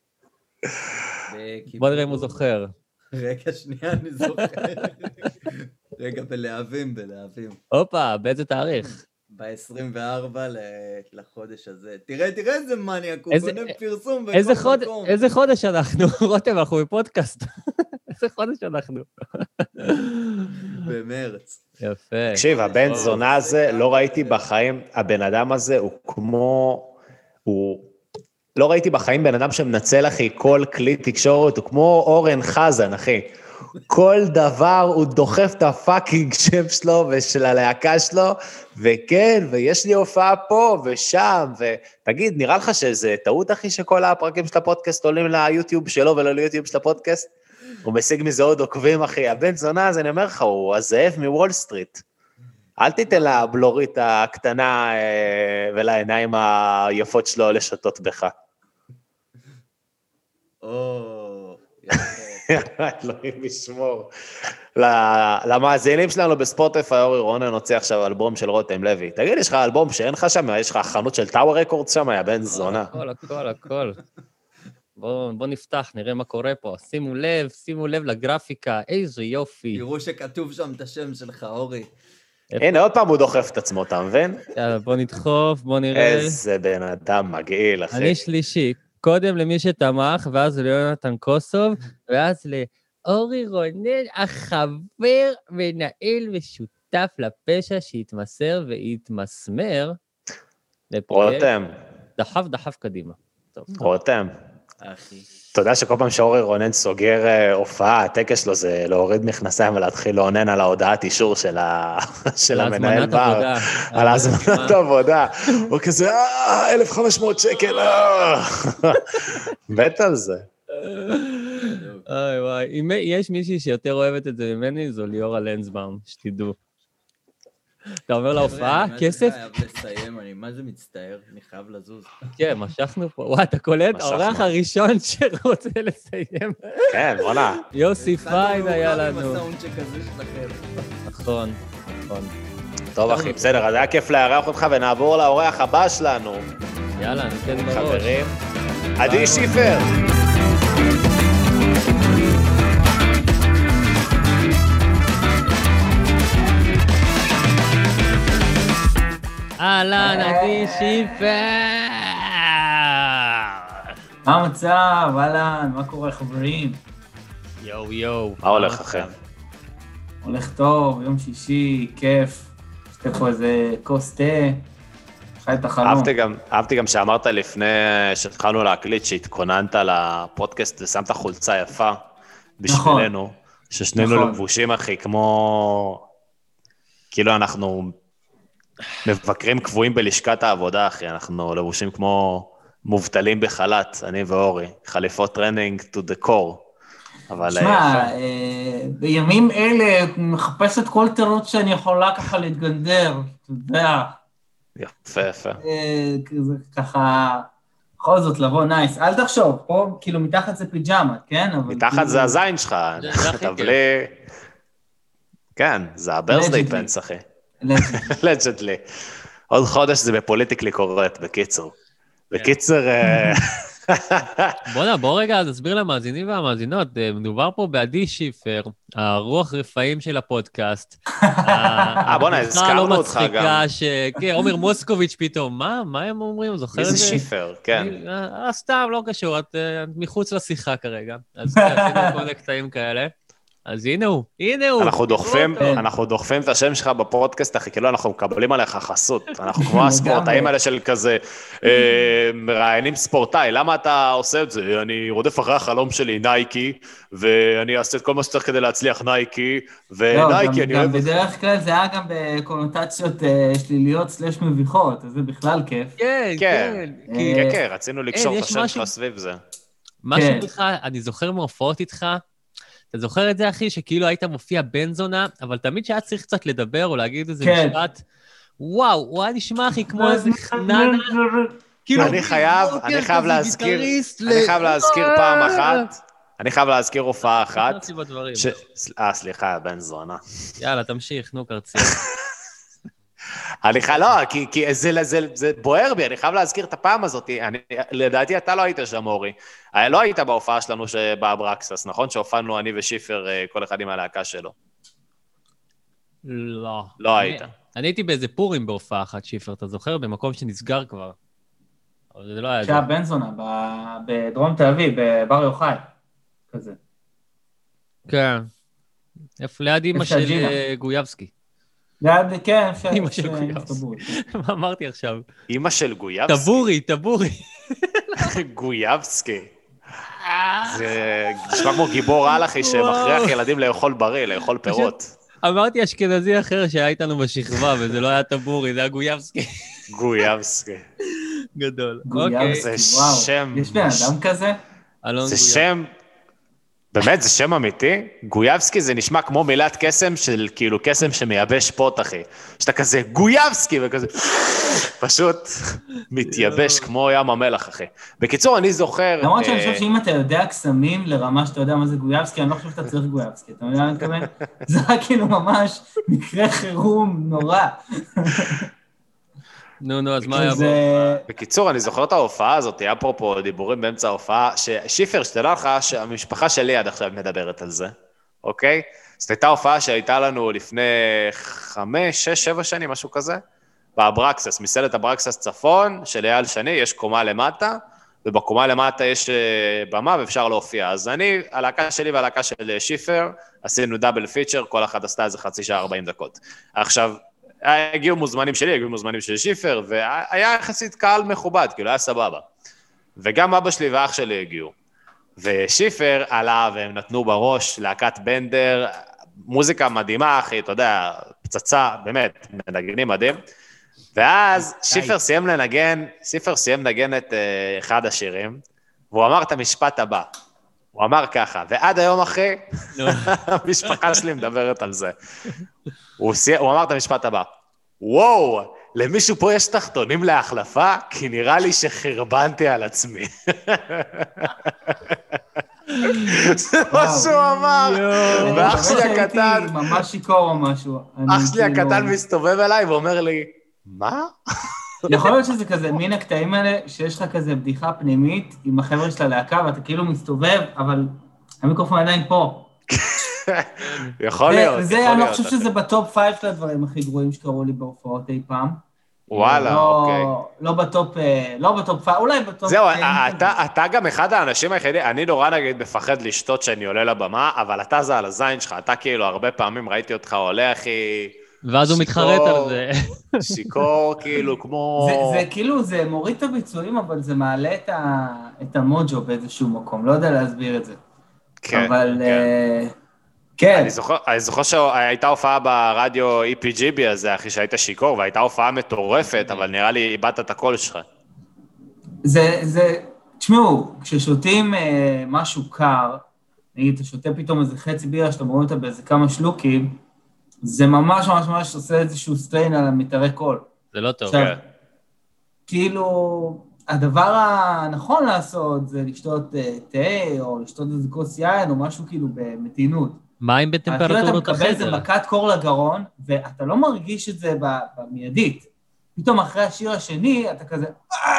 בוא נראה אם הוא זוכר. רגע, שנייה, אני זוכר. רגע, בלהבים, בלהבים. הופה, באיזה תאריך? ב-עשרים וארבעה לחודש הזה. תראה, תראה איזה מניאק, הוא קונה פרסום בכל מקום. איזה חודש אנחנו? רותם, אנחנו בפודקאסט. איזה חודש אנחנו? במרץ. יפה. תקשיב, הבן זונה הזה, לא ראיתי בחיים, הבן אדם הזה הוא כמו, הוא, לא ראיתי בחיים בן אדם שמנצל, אחי, כל כלי תקשורת, הוא כמו אורן חזן, אחי. כל דבר הוא דוחף את הפאקינג שם שלו ושל הלהקה שלו, וכן, ויש לי הופעה פה ושם, ותגיד, נראה לך שזה טעות, אחי, שכל הפרקים של הפודקאסט עולים ליוטיוב שלו ולא ליוטיוב של הפודקאסט? הוא משיג מזה עוד עוקבים, אחי. הבן זונה, אז אני אומר לך, הוא הזאב מוול סטריט. אל תיתן לבלורית הקטנה ולעיניים היפות שלו לשתות בך. או, יפה. אלוהים ישמור. למאזינים שלנו בספוטיפיי, אורי רונן הוציא עכשיו אלבום של רותם לוי. תגיד, יש לך אלבום שאין לך שם, יש לך חנות של טאוור רקורדס שם, יא בן זונה. הכל, הכל, הכל. בוא נפתח, נראה מה קורה פה. שימו לב, שימו לב לגרפיקה, איזה יופי. תראו שכתוב שם את השם שלך, אורי. הנה, עוד פעם הוא דוחף את עצמו, אתה מבין? יאללה, בוא נדחוף, בוא נראה. איזה בן אדם מגעיל, אחי. אני שלישי. קודם למי שתמך, ואז ליונתן קוסוב, ואז לאורי רונן, החבר מנהל ושותף לפשע שהתמסר והתמסמר. רותם. דחף, דחף קדימה. רותם. אתה יודע שכל פעם שאורי רונן סוגר הופעה, הטקס שלו זה להוריד מכנסיים ולהתחיל לעונן על ההודעת אישור של המנהל בר. על הזמנת עבודה. הוא כזה, אה, אלף וחמש מאות שקל, אה. בית על זה. אוי וואי, אם יש מישהי שיותר אוהבת את זה ממני, זו ליאורה לנסבאום, שתדעו. אתה אומר להופעה, כסף? אני חייב לסיים, אני מה זה מצטער, אני חייב לזוז. כן, משכנו פה, וואי, אתה קולט, האורח הראשון שרוצה לסיים. כן, בוא'נה. יוסי פיין היה לנו. עם הסאונד שכזה שלכם. נכון, נכון. טוב אחי, בסדר, אז היה כיף לארח אותך, ונעבור לאורח הבא שלנו. יאללה, ניתן בראש. חברים, עדי שיפר. אהלן, עדי שיפר! מה המצב? אהלן, מה קורה חברים? יואו יואו. מה הולך אחר? הולך טוב, יום שישי, כיף. שתה פה איזה כוס תה, חי את החלום. אהבתי גם, אהבתי גם שאמרת לפני שהתחלנו להקליט, שהתכוננת לפודקאסט ושמת חולצה יפה בשבילנו, נכון. ששנינו נכון. לבושים אחי, כמו... כאילו אנחנו... מבקרים קבועים בלשכת העבודה, אחי, אנחנו לבושים כמו מובטלים בחל"ת, אני ואורי, חליפות טרנינג to the core. שמע, בימים אלה מחפש את כל תירוץ שאני יכולה ככה להתגנדר, אתה יודע. יפה, יפה. ככה, בכל זאת לבוא נייס, אל תחשוב, פה כאילו מתחת זה פיג'מה, כן? מתחת זה הזין שלך, אתה בלי... כן, זה הברסדיי פנס, אחי. לג'נדלי. עוד חודש זה בפוליטיקלי קורט, בקיצור. בקיצור... בוא בוא רגע, אז נסביר למאזינים והמאזינות, מדובר פה בעדי שיפר, הרוח רפאים של הפודקאסט. אה, בוא נה, הזכרנו אותך גם. כן, עומר מוסקוביץ' פתאום, מה? מה הם אומרים? זוכר את זה? מי זה שיפר, כן. סתם, לא קשור, את מחוץ לשיחה כרגע. אז עשינו כל הקטעים כאלה. אז הנה הוא, הנה הוא. אנחנו דוחפים, אנחנו דוחפים את השם שלך בפודקאסט, אחי, כאילו אנחנו מקבלים עליך חסות. אנחנו כמו הספורטאים האלה של כזה, מראיינים ספורטאי, למה אתה עושה את זה? אני רודף אחרי החלום שלי, נייקי, ואני אעשה את כל מה שצריך כדי להצליח נייקי, ונייקי, אני אוהב... גם בדרך כלל זה היה גם בקונוטציות שליליות סלש מביכות, אז זה בכלל כיף. כן, כן. כן, כן, רצינו לקשור את השם שלך סביב זה. משהו איתך, אני זוכר מהופעות איתך, אתה זוכר את זה, אחי, שכאילו היית מופיע בן זונה, אבל תמיד שהיה צריך קצת לדבר או להגיד איזה משפט, וואו, הוא היה נשמע, אחי, כמו איזה חננה. אני חייב, אני חייב להזכיר, אני חייב להזכיר פעם אחת, אני חייב להזכיר הופעה אחת. אה, סליחה, בן זונה. יאללה, תמשיך, נו, קרציה. אני חייב, לא, כי זה בוער בי, אני חייב להזכיר את הפעם הזאת, לדעתי אתה לא היית שם, אורי, לא היית בהופעה שלנו באברקסס, נכון? שהופענו אני ושיפר, כל אחד עם הלהקה שלו. לא. לא היית. אני הייתי באיזה פורים בהופעה אחת, שיפר, אתה זוכר? במקום שנסגר כבר. אבל זה לא היה זה. שהיה בן זונה, בדרום תל אביב, בבר יוחאי, כזה. כן. איפה ליד אמא של גויבסקי. ליד, כן, אפשר... אמא של גויבסקי. מה אמרתי עכשיו? אמא של גויבסקי? טבורי, טבורי. גויבסקי. זה נשמע כמו גיבור על, אחי, שמכריח ילדים לאכול בריא, לאכול פירות. אמרתי אשכנזי אחר שהיה איתנו בשכבה, וזה לא היה טבורי, זה היה גויבסקי. גויבסקי. גדול. גויבסקי, וואו. יש בן אדם כזה? זה שם... באמת, זה שם אמיתי? גויבסקי זה נשמע כמו מילת קסם של כאילו קסם שמייבש פוט, אחי. שאתה כזה גויבסקי וכזה, פשוט מתייבש כמו ים המלח, אחי. בקיצור, אני זוכר... למרות שאני חושב שאם אתה יודע קסמים לרמה שאתה יודע מה זה גויבסקי, אני לא חושב שאתה צריך גויבסקי. אתה יודע מה אני מתכוון? זה היה כאילו ממש מקרה חירום נורא. נו, נו, אז מה היה בו? בקיצור, אני זוכר את ההופעה הזאת, אפרופו דיבורים באמצע ההופעה, ששיפר, שתדע לך שהמשפחה שלי עד עכשיו מדברת על זה, אוקיי? זאת הייתה הופעה שהייתה לנו לפני חמש, שש, שבע שנים, משהו כזה, באברקסס, מסעדת אברקסס צפון, של אייל שני, יש קומה למטה, ובקומה למטה יש במה ואפשר להופיע. אז אני, הלהקה שלי והלהקה של שיפר, עשינו דאבל פיצ'ר, כל אחד עשתה איזה חצי שעה ארבעים דקות. עכשיו, הגיעו מוזמנים שלי, הגיעו מוזמנים של שיפר, והיה יחסית קהל מכובד, כאילו היה סבבה. וגם אבא שלי ואח שלי הגיעו. ושיפר עלה, והם נתנו בראש להקת בנדר, מוזיקה מדהימה, אחי, אתה יודע, פצצה, באמת, מנגנים מדהים. ואז שיפר סיים לנגן, שיפר סיים לנגן את אחד השירים, והוא אמר את המשפט הבא. הוא אמר ככה, ועד היום, אחי, המשפחה שלי מדברת על זה. הוא, סי... הוא אמר את המשפט הבא, וואו, למישהו פה יש תחתונים להחלפה? כי נראה לי שחרבנתי על עצמי. זה מה שהוא אמר. ואח שלי הקטן... ממש שיקור או משהו. אח שלי הקטן מסתובב אליי ואומר לי, מה? יכול להיות שזה כזה, מין הקטעים האלה, שיש לך כזה בדיחה פנימית עם החבר'ה של הלהקה, ואתה כאילו מסתובב, אבל המיקרופון עדיין פה. יכול להיות. וזה, אני לא חושב שזה בטופ פייב של הדברים הכי גרועים שקראו לי בהופעות אי פעם. וואלה, אוקיי. לא בטופ, לא בטופ פייב, אולי בטופ... זהו, אתה גם אחד האנשים היחידים, אני נורא נגיד מפחד לשתות שאני עולה לבמה, אבל אתה זה על הזין שלך, אתה כאילו הרבה פעמים ראיתי אותך עולה, אחי... ואז הוא מתחרט על זה. שיקור, כאילו, כמו... זה כאילו, זה מוריד את הביצועים, אבל זה מעלה את המוג'ו באיזשהו מקום, לא יודע להסביר את זה. כן, אבל... כן. אני זוכר, אני זוכר שהייתה הופעה ברדיו אי פי ג'י בי הזה, אחי, שהיית שיקור, והייתה הופעה מטורפת, אבל נראה לי איבדת את הקול שלך. זה, זה, תשמעו, כששותים משהו קר, נגיד, אתה שותה פתאום איזה חצי בירה, שאתה מוריד אותה באיזה כמה שלוקים, זה ממש ממש ממש עושה איזשהו סטריין על המתארי קול. זה לא טוב. עכשיו, כאילו, הדבר הנכון לעשות זה לשתות תה, או לשתות איזה כוס יין, או משהו כאילו במתינות. מים בטמפרטורות אתה מקבל איזה מכת קור לגרון, ואתה לא מרגיש את זה במיידית. פתאום אחרי השיר השני, אתה כזה...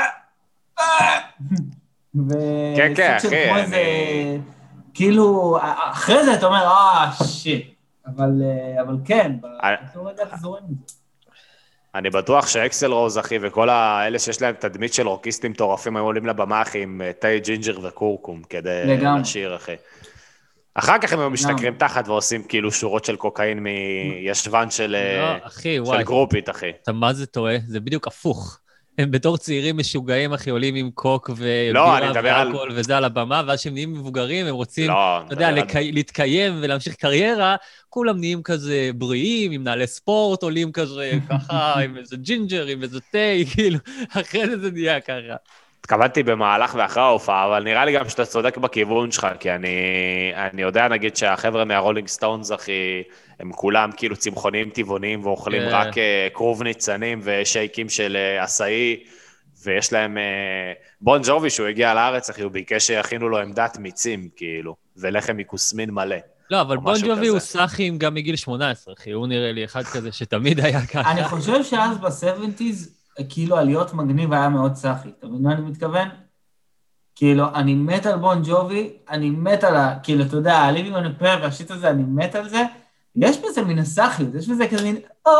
כן, כן, אחי, אני... כאילו, אחרי זה אתה אומר, אה, שיט. אבל כן, באותו רגע תזורים את זה. אני בטוח שאקסל רוז, אחי, וכל האלה שיש להם תדמית של רוקיסטים טורפים, היו עולים לבמה, אחי, עם תה, ג'ינג'ר וקורקום, כדי לשיר, אחי. אחר כך הם היו משתכרים תחת ועושים כאילו שורות של קוקאין מישבן של גרופית, אחי. אתה מה זה טועה? זה בדיוק הפוך. הם בתור צעירים משוגעים, אחי, עולים עם קוק ובירה ואלכוהול וזה על הבמה, ואז שהם נהיים מבוגרים, הם רוצים, אתה יודע, להתקיים ולהמשיך קריירה, כולם נהיים כזה בריאים, עם נעלי ספורט, עולים כזה ככה, עם איזה ג'ינג'ר, עם איזה תה, כאילו, אחרי זה זה נהיה ככה. התכוונתי במהלך ואחרי ההופעה, אבל נראה לי גם שאתה צודק בכיוון שלך, כי אני, אני יודע, נגיד, שהחבר'ה מהרולינג סטונס, אחי, הם כולם כאילו צמחוניים טבעוניים, ואוכלים yeah. רק uh, קרוב ניצנים ושייקים של uh, עשאי, ויש להם uh, בון ג'ובי, שהוא הגיע לארץ, אחי, הוא ביקש שיכינו לו עמדת מיצים, כאילו, ולחם מקוסמין מלא. לא, אבל בון ג'ובי הוא סאחים גם מגיל שמונה עשרה, אחי, הוא נראה לי אחד כזה שתמיד היה ככה. אני חושב שאז ב-שבעים, כאילו עליות מגניב היה מאוד סאחי, אתה מבין מה אני מתכוון? כאילו, אני מת על בון ג'ובי, אני מת על ה... כאילו, אתה יודע, הליבים on a prayer והשיט הזה, אני מת על זה, יש בזה מן הסאחיות, יש בזה כזה מין, אוי,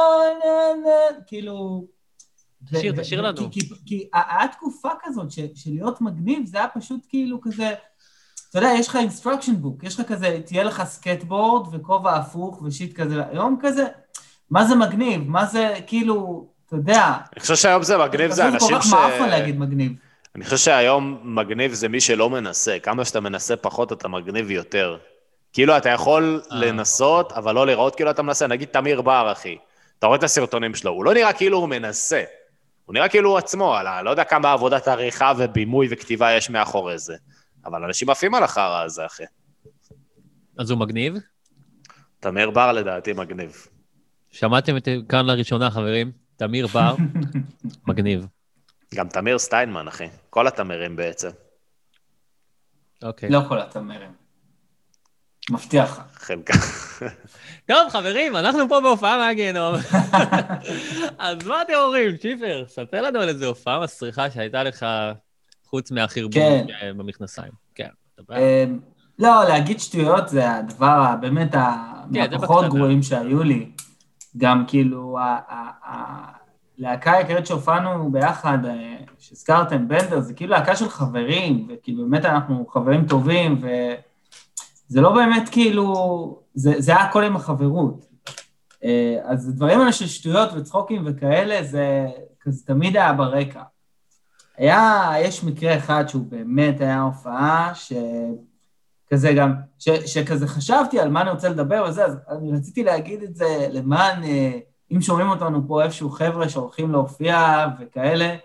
נה, נה, כאילו... תשאיר, תשאיר לנו. כי היה תקופה כזאת של להיות מגניב, זה היה פשוט כאילו כזה, אתה יודע, יש לך instruction book, יש לך כזה, תהיה לך סקטבורד וכובע הפוך ושיט כזה, היום כזה, מה זה מגניב? מה זה, כאילו, אתה יודע... אני חושב שהיום זה מגניב, זה אנשים ש... זה כל כך מאפן להגיד מגניב. אני חושב שהיום מגניב זה מי שלא מנסה, כמה שאתה מנסה פחות אתה מגניב יותר. כאילו אתה יכול לנסות, אבל לא לראות כאילו אתה מנסה, נגיד תמיר בר, אחי, אתה רואה את הסרטונים שלו, הוא לא נראה כאילו הוא מנסה, הוא נראה כאילו הוא עצמו, לא יודע כמה עבודת עריכה ובימוי וכתיבה יש מאחורי זה, אבל אנשים עפים על החרא הזה, אחי. אז הוא מגניב? תמיר בר לדעתי מגניב. שמעתם את כאן לראשונה, חברים? תמיר בר, מגניב. גם תמיר סטיינמן, אחי. כל התמירים בעצם. אוקיי. לא כל התמירים. מבטיח לך. חלקה. טוב, חברים, אנחנו פה בהופעה מהגיהנום. אז מה אתם אומרים, צ'יפר? ספר לנו על איזו הופעה מסריחה שהייתה לך חוץ מהחרבון במכנסיים. כן. לא, להגיד שטויות זה הדבר באמת מהפחות גרועים שהיו לי. גם כאילו, הלהקה העיקרית שהופענו ביחד, שזכרתם, בנדר, זה כאילו להקה של חברים, וכאילו באמת אנחנו חברים טובים, וזה לא באמת כאילו, זה, זה היה הכל עם החברות. אז הדברים האלה של שטויות וצחוקים וכאלה, זה כזה תמיד היה ברקע. היה, יש מקרה אחד שהוא באמת היה הופעה, ש... כזה גם, ש, שכזה חשבתי על מה אני רוצה לדבר וזה, אז אני רציתי להגיד את זה למען, אם שומעים אותנו פה איפשהו חבר'ה שהולכים להופיע וכאלה,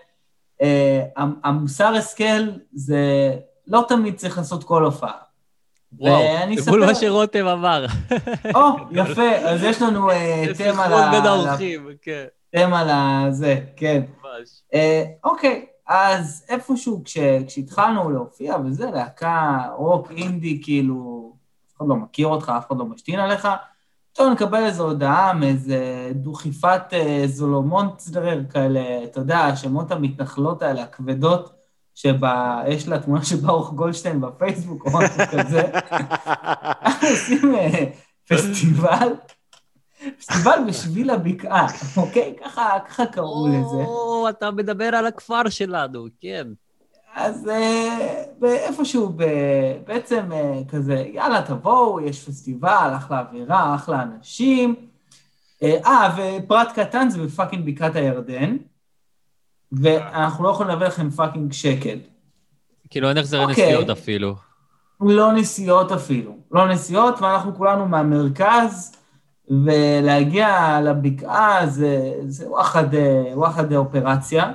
המוסר השכל זה לא תמיד צריך לעשות כל הופעה. וואו, זה מול מה שרותם אמר. או, יפה, אז יש לנו תמה על ה... בין האורחים, כן. תמה על זה, כן. ממש. אוקיי. אז איפשהו, כש, כשהתחלנו להופיע וזה, להקה רוק אינדי, כאילו, אף אחד לא מכיר אותך, אף אחד לא משתין עליך, טוב, נקבל איזו הודעה מאיזה דוכיפת זולומונטר כאלה, אתה יודע, השמות המתנחלות האלה, הכבדות, שיש לה תמונה של ברוך גולדשטיין בפייסבוק או משהו כזה, עושים פסטיבל, פסטיבל בשביל הבקעה, אוקיי? ככה, ככה קראו לזה. או, אתה מדבר על הכפר שלנו, כן. אז איפשהו, בעצם כזה, יאללה, תבואו, יש פסטיבל, אחלה אווירה, אחלה אנשים. אה, ופרט קטן זה בפאקינג בקעת הירדן, ואנחנו לא יכולים להביא לכם פאקינג שקל. כאילו, אין החזרי נסיעות אפילו. לא נסיעות אפילו. לא נסיעות, ואנחנו כולנו מהמרכז, ולהגיע לבקעה זה, זה וואחד, וואחד אופרציה.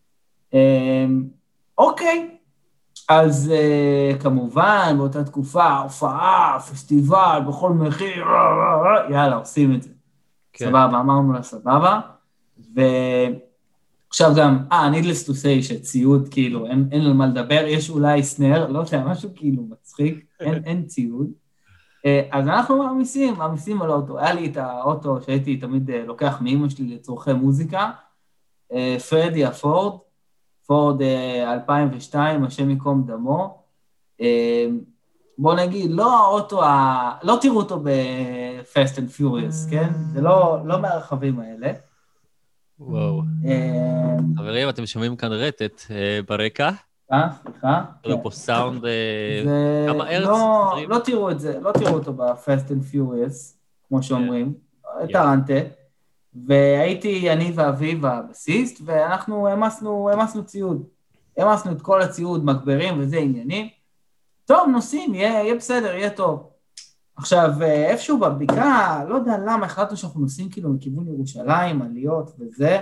אוקיי, אז כמובן, באותה תקופה, הופעה, פסטיבל, בכל מחיר, יאללה, עושים את זה. כן. סבבה, אמרנו לה סבבה, עכשיו גם, אה, needless to say שציוד, כאילו, אין, אין על מה לדבר, יש אולי סנר, לא יודע, משהו כאילו מצחיק, אין, אין ציוד. אז אנחנו מעמיסים, מעמיסים על האוטו. היה לי את האוטו שהייתי תמיד לוקח מאמא שלי לצורכי מוזיקה, פרדי הפורד, פורד אלפיים ושתיים, השם יקום דמו. בוא נגיד, לא האוטו, ה... לא תראו אותו ב-Fast and Furious, כן? זה לא, לא מהרכבים האלה. וואו. חברים, אתם שומעים כאן רטט ברקע? אה, סליחה. זה פה סאונד, כמה ארץ? לא תראו את זה, לא תראו אותו ב-Fast and Furious, כמו שאומרים, טרנטה, והייתי אני ואביב הבסיסט, ואנחנו המסנו, המסנו ציוד, המסנו את כל הציוד, מגברים וזה עניינים, טוב, נוסעים, יהיה בסדר, יהיה טוב. עכשיו, איפשהו בבדיקה, לא יודע למה, החלטנו שאנחנו נוסעים כאילו מכיוון ירושלים, עליות וזה,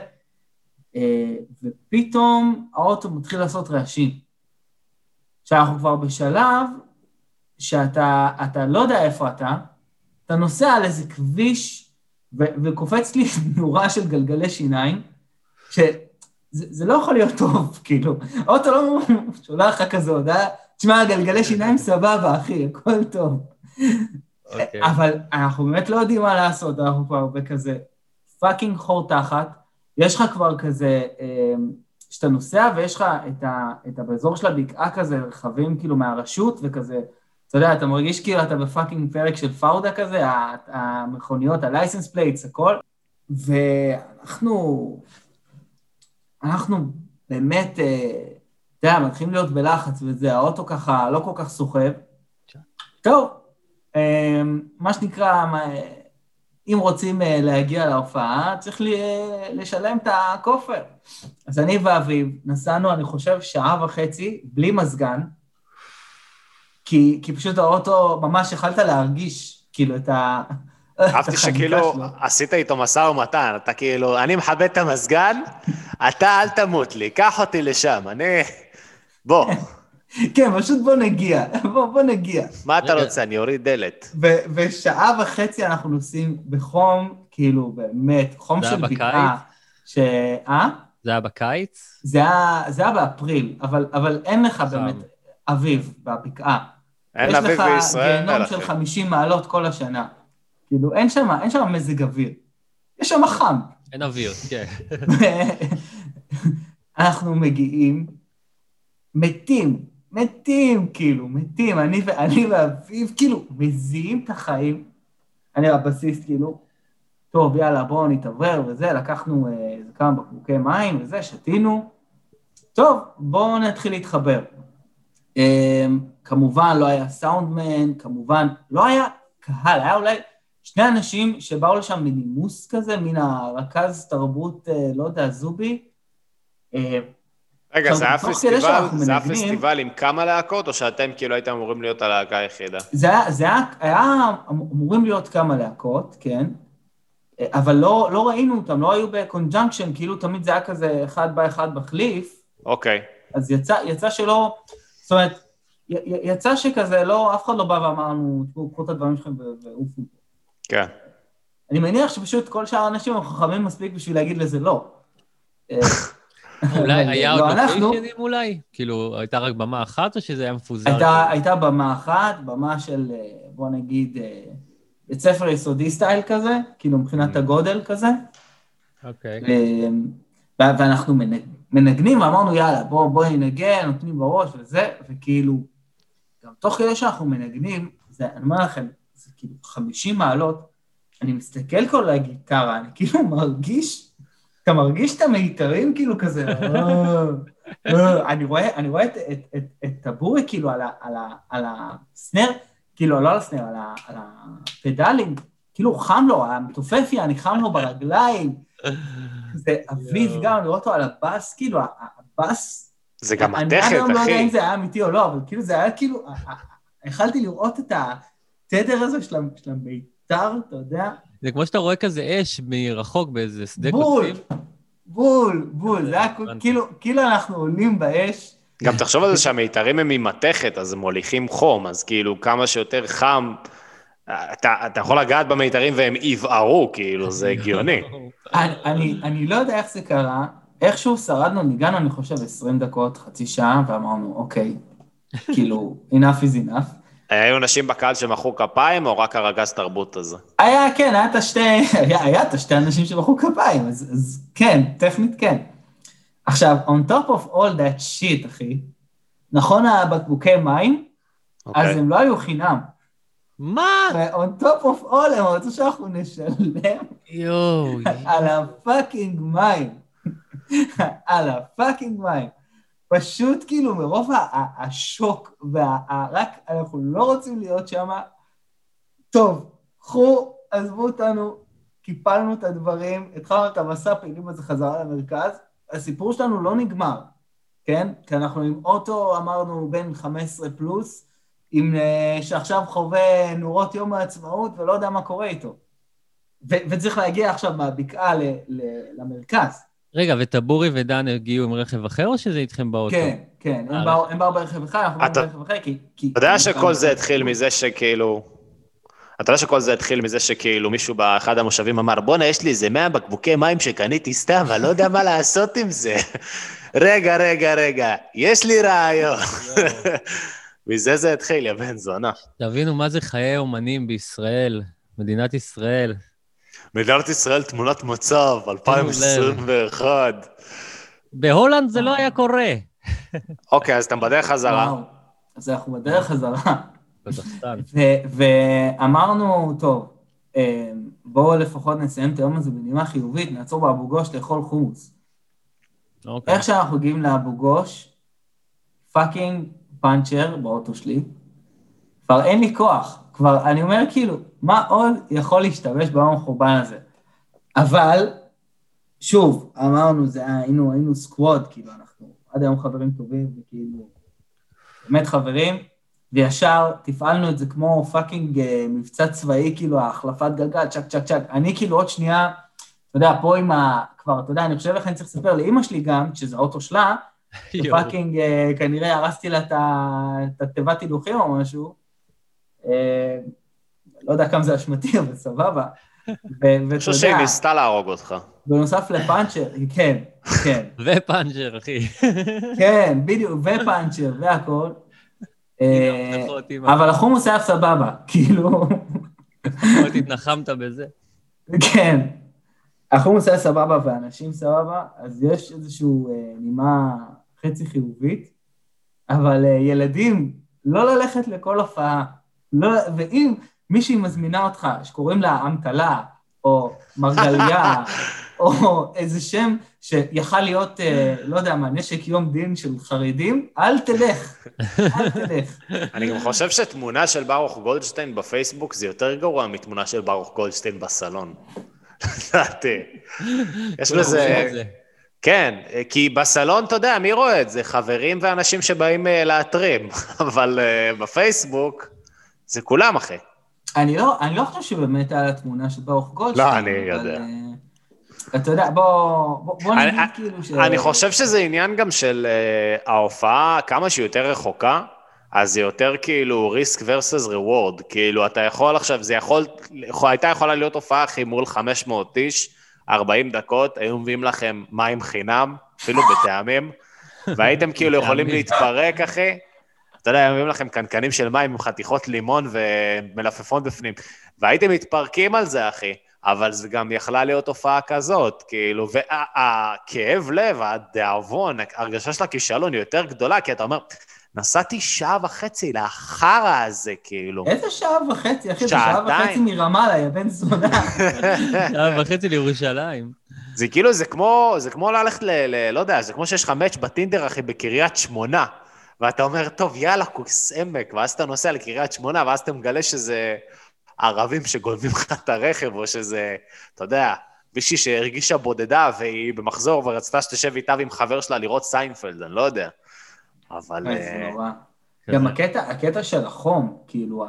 ופתאום האוטו מתחיל לעשות רעשים. שאנחנו כבר בשלב שאתה אתה לא יודע איפה אתה, אתה נוסע על איזה כביש, ו- וקופץ לי נורה של גלגלי שיניים, שזה זה לא יכול להיות טוב, כאילו. האוטו לא שולח לך כזה הודעה, תשמע, גלגלי שיניים סבבה, אחי, הכל טוב. Okay. אבל אנחנו באמת לא יודעים מה לעשות, אנחנו כבר בכזה פאקינג חור תחת, יש לך כבר כזה, שאתה נוסע ויש לך את, ה, את הבאזור של הבקעה כזה, רכבים כאילו מהרשות וכזה, אתה יודע, אתה מרגיש כאילו אתה בפאקינג פרק של פאודה כזה, המכוניות, הלייסנס פלייטס, הכל, ואנחנו, אנחנו באמת, אתה יודע, מתחילים להיות בלחץ וזה, האוטו ככה לא כל כך סוחב. טוב, מה שנקרא, אם רוצים להגיע להופעה, צריך לשלם את הכופר. אז אני ואביב נסענו, אני חושב, שעה וחצי, בלי מזגן, כי, כי פשוט האוטו ממש יכלת להרגיש, כאילו, את ה... אהבתי שכאילו עשית איתו מסע ומתן, אתה כאילו, אני מכבד את המזגן, אתה אל תמות לי, קח אותי לשם, אני... בוא. כן, פשוט בוא נגיע, בוא, בוא נגיע. מה אתה רוצה? אני אוריד דלת. ו- ושעה וחצי אנחנו נוסעים בחום, כאילו, באמת, חום של בקעה. ש... אה? זה היה בקיץ? זה היה, זה היה באפריל, אבל, אבל אין לך באמת אביב בבקעה. אין אביב בישראל. יש לך גיהנום של חמישים מעלות כל השנה. כאילו, אין שם, אין שם מזג אוויר. יש שם חם. אין אוויר, כן. אנחנו מגיעים, מתים, מתים, כאילו, מתים, אני ואני ואביב, כאילו, מזיעים את החיים. אני הבסיסט, כאילו, טוב, יאללה, בואו נתעבר וזה, לקחנו איזה כמה בקבוקי מים וזה, שתינו. טוב, בואו נתחיל להתחבר. כמובן, לא היה סאונדמן, כמובן, לא היה קהל, היה אולי שני אנשים שבאו לשם מנימוס כזה, מן הרכז תרבות, לא יודע, זובי. רגע, זה היה פסטיבל, זה היה פסטיבל עם כמה להקות, או שאתם כאילו הייתם אמורים להיות הלהקה היחידה? זה היה אמורים להיות כמה להקות, כן, אבל לא ראינו אותם, לא היו בקונג'נקשן, כאילו תמיד זה היה כזה אחד בא אחד בחליף. אוקיי. אז יצא שלא, זאת אומרת, יצא שכזה, לא, אף אחד לא בא ואמרנו, תראו, קחו את הדברים שלכם ועופו. כן. אני מניח שפשוט כל שאר האנשים הם חכמים מספיק בשביל להגיד לזה לא. אולי היה עוד לוקיישנים אולי? כאילו, הייתה רק במה אחת או שזה היה מפוזר? הייתה במה אחת, במה של, בוא נגיד, בית ספר יסודי סטייל כזה, כאילו מבחינת הגודל כזה. אוקיי. ואנחנו מנגנים, ואמרנו, יאללה, בואי ננגן, נותנים בראש וזה, וכאילו, גם תוך כדי שאנחנו מנגנים, אני אומר לכם, זה כאילו חמישים מעלות, אני מסתכל כל הגיטרה, אני כאילו מרגיש, אתה מרגיש את המיתרים כאילו כזה, אני רואה, אני רואה את טבורי כאילו על הסנר, כאילו לא על הסנר, על הפדלים, כאילו חם לו, המתופפיה, אני חם לו ברגליים, זה אביב גם, לראות אותו על הבאס, כאילו הבאס, זה גם מתכת, אחי. אני לא יודע אם זה היה אמיתי או לא, אבל כאילו זה היה כאילו, יכלתי לראות את התדר הזה של המיתר, אתה יודע, זה כמו שאתה רואה כזה אש מרחוק באיזה שדה קוצים. בול, בול, זה היה כאילו אנחנו עולים באש. גם תחשוב על זה שהמיתרים הם ממתכת, אז הם מוליכים חום, אז כאילו כמה שיותר חם, אתה יכול לגעת במיתרים והם יבערו, כאילו, זה הגיוני. אני לא יודע איך זה קרה, איכשהו שרדנו, ניגענו, אני חושב, עשרים דקות, חצי שעה, ואמרנו, אוקיי, כאילו, enough is enough. היו אנשים בקהל שמחאו כפיים, או רק הרגז תרבות הזה? היה, כן, היה את השתי, היה, היה את השתי אנשים שמחאו כפיים, אז, אז כן, טכנית כן. עכשיו, on top of all that shit, אחי, נכון הבקבוקי מים, okay. אז הם לא היו חינם. מה? ו-on top of all, הם רצו שאנחנו נשלם יואו. על הפאקינג מים. על הפאקינג מים. פשוט כאילו מרוב השוק, ורק אנחנו לא רוצים להיות שם, טוב, קחו, עזבו אותנו, קיפלנו את הדברים, התחלנו את המסע, פעילים את זה חזרה למרכז, הסיפור שלנו לא נגמר, כן? כי אנחנו עם אוטו, אמרנו, בין חמש עשרה פלוס, עם, שעכשיו חווה נורות יום העצמאות, ולא יודע מה קורה איתו. ו- וצריך להגיע עכשיו מהבקעה ל- ל- למרכז. רגע, וטבורי ודן הגיעו עם רכב אחר, או שזה איתכם באוטו? כן, כן, הם באו, הם באו ברכב אחר, אנחנו באו ברכב אחר, כי... אתה יודע שכל זה התחיל מזה שכאילו... אתה יודע שכל זה התחיל מזה שכאילו מישהו באחד המושבים אמר, בונה, יש לי איזה מאה בקבוקי מים שקניתי סתם, אבל לא יודע מה לעשות עם זה. רגע, רגע, רגע, יש לי רעיון. מזה זה התחיל, יא בן זונה. תבינו מה זה חיי אומנים בישראל, מדינת ישראל. מדינת ישראל תמונת מצב, אלפיים עשרים ואחת. בהולנד זה לא היה קורה. אוקיי, אז אתם בדרך חזרה. וואו, אז אנחנו בדרך חזרה. ואמרנו, טוב, בואו לפחות נסיים את היום הזה בנימה חיובית, נעצור באבו גוש לאכול חומוס. איך שאנחנו מגיעים לאבו גוש, פאקינג פאנצ'ר באוטו שלי, כבר אין לי כוח, כבר אני אומר כאילו, מה עוד יכול להשתמש ביום החורבן הזה? אבל, שוב, אמרנו, זה היינו, היינו סקוואד, כאילו אנחנו עד היום חברים טובים, וכאילו, באמת חברים, וישר תפעלנו את זה כמו פאקינג מבצע צבאי, כאילו ההחלפת גלגל, צ'ק צ'ק צ'ק, אני כאילו עוד שנייה, אתה יודע, פה עם ה... כבר, אתה יודע, אני חושב איך אני צריך לספר לאמא שלי גם, שזה האוטו שלה, פאקינג, כנראה הרסתי לה את התיבת הילוכים או משהו, לא יודע כמה זה אשמתי, אבל סבבה. אני חושב שהיא ניסתה להרוג אותך. בנוסף לפאנצ'ר, כן, כן. ופאנצ'ר, אחי. כן, בדיוק, ופאנצ'ר, והכל. אבל החומוס היה סבבה, כאילו... עוד התנחמת בזה. כן. החומוס היה סבבה ואנשים סבבה, אז יש איזשהו נימה חצי חיובית, אבל ילדים, לא ללכת לכל הופעה, ואם מישהי מזמינה אותך, שקוראים לה אמתלה, או מרגליה, או איזה שם שיכל להיות, לא יודע מה, נשק יום דין של חרדים, אל תלך, אל תלך. אני גם חושב שתמונה של ברוך גולדשטיין בפייסבוק זה יותר גרוע מתמונה של ברוך גולדשטיין בסלון. לדעתי. יש לזה... כן, כי בסלון, אתה יודע, מי רואה את זה? חברים ואנשים שבאים לאתרים, אבל בפייסבוק זה כולם, אחי. אני לא, אני לא חושב שבאמת על התמונה של ברוך גולדשטיין. לא, אני יודע. אתה יודע, בוא, בוא נגיד כאילו ש... אני חושב שזה עניין גם של ההופעה, כמה שהיא יותר רחוקה, אז זה יותר כאילו risk versus reward, כאילו אתה יכול עכשיו, זה יכול, הייתה יכולה להיות הופעה אחי מול חמש מאות איש, ארבעים דקות, היו מביאים לכם מים חינם, אפילו בטעמים, והייתם כאילו יכולים להתפרק אחי, אתה יודע, הם מביאים לכם קנקנים של מים עם חתיכות לימון ומלפפון בפנים, והייתם מתפרקים על זה אחי, אבל זה גם יכלה להיות הופעה כזאת, כאילו, והכאב לב, הדאבון, הרגשה של הכישלון היא יותר גדולה, כי אתה אומר, נסעתי שעה וחצי לאחר הזה, כאילו. איזה שעה וחצי, אחי? זה שעה וחצי מרמאללה, יא בן זונה. שעה וחצי לירושלים. זה כאילו, זה כמו, זה כמו ללכת ל... לא יודע, זה כמו שיש לך מאץ' בטינדר, אחי, בקריית שמונה, ואתה אומר, טוב, יאללה, כוס עמק, ואז אתה נוסע לקריית שמונה, ואז אתה מגלה שזה ערבים שגולבים לך את הרכב, או שזה, אתה יודע, מישהי שהרגישה בודדה, והיא במחזור, ורצתה שתשב איתה עם חבר שלה לראות סיינפלד, אני לא יודע. אבל... זה נורא. גם הקטע, הקטע של החום, כאילו,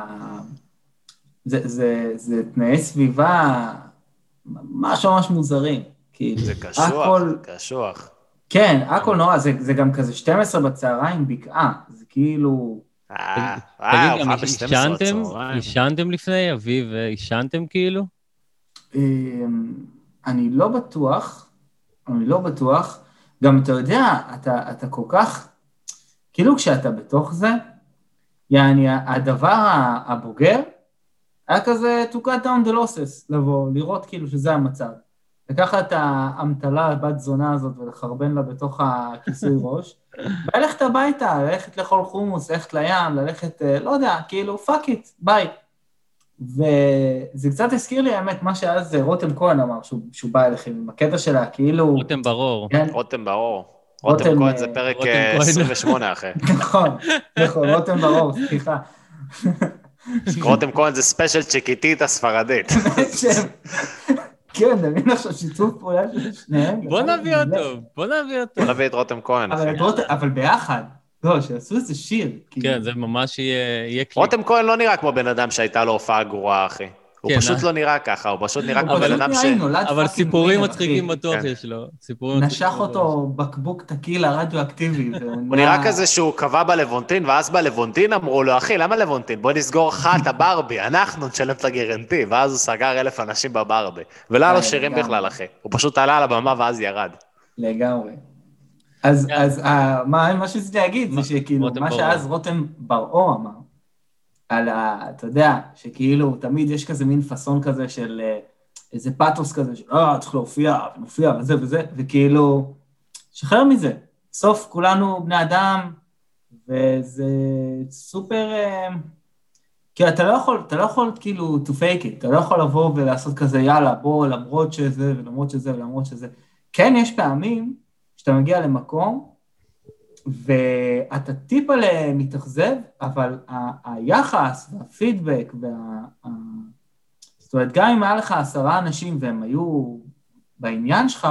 זה תנאי סביבה ממש ממש מוזרים. זה קשוח, קשוח. כן, הכל נורא, זה גם כזה שתים עשרה בצהריים בקעה, זה כאילו... תגיד, גם ישנתם? ישנתם לפני, אביב, ישנתם כאילו? אני לא בטוח, אני לא בטוח. גם אתה יודע, אתה, אתה כל כך, כאילו כשאתה בתוך זה, יעני, הדבר הבוגר, היה כזה to cut down the losses, לבוא, לראות כאילו שזה המצב. לקחת את האמתלה, בת זונה הזאת, ולחרבן לה בתוך הכיסוי ראש, וללכת הביתה, ללכת לאכול חומוס, ללכת לים, ללכת, לא יודע, כאילו, fuck it, ביי. וזה קצת הזכיר לי, האמת, מה שאז רותם כהן אמר, שהוא, שהוא בא אליכם, עם הקטע שלה, כאילו... רותם ברור. כן? רותם ברור. רותם כהן זה פרק עשרים ושמונה, אחי. נכון, נכון, רותם ברור, סליחה. רותם כהן זה ספיישל צ'יקיטית הספרדית. כן, דמיין עכשיו שיתוף פעולה של שניהם. בוא נביא אותו, בוא נביא אותו. בוא נביא את רותם כהן. אבל ביחד. לא, שעשו איזה שיר. כן, זה ממש יהיה קליפ. רותם כהן לא נראה כמו בן אדם שהייתה לו הופעה גרועה, אחי. הוא פשוט לא נראה ככה, הוא פשוט נראה כמו בן אדם ש... אבל סיפורים מצחיקים בטוח יש לו. נשך אותו בקבוק טקילה רדיואקטיבי. הוא נראה כזה שהוא קבע בלוונטין, ואז בלוונטין אמרו לו, אחי, למה לוונטין? בוא נסגור חת הברבי, אנחנו נשלם את הגרנטי, ואז הוא סגר אלף אנשים בברבי. ולא היה לו שירים בכלל, אחי. הוא פשוט עלה על הבמה ואז ירד. לגמרי. אז מה שרציתי להגיד זה שכאילו, מה שאז רותם בראו אמר, על ה... אתה יודע, שכאילו תמיד יש כזה מין פסון כזה של איזה פאטוס כזה, של אה, צריך להופיע, ונופיע, וזה וזה, וכאילו, שחרר מזה. סוף כולנו בני אדם, וזה סופר... כי אתה לא יכול, אתה לא יכול כאילו to fake it, אתה לא יכול לבוא ולעשות כזה, יאללה, בוא, למרות שזה, ולמרות שזה, ולמרות שזה. כן, יש פעמים שאתה מגיע למקום, ואתה טיפה מתאכזב, אבל ה- היחס והפידבק, וה... זאת אומרת, גם אם היה לך עשרה אנשים והם היו בעניין שלך,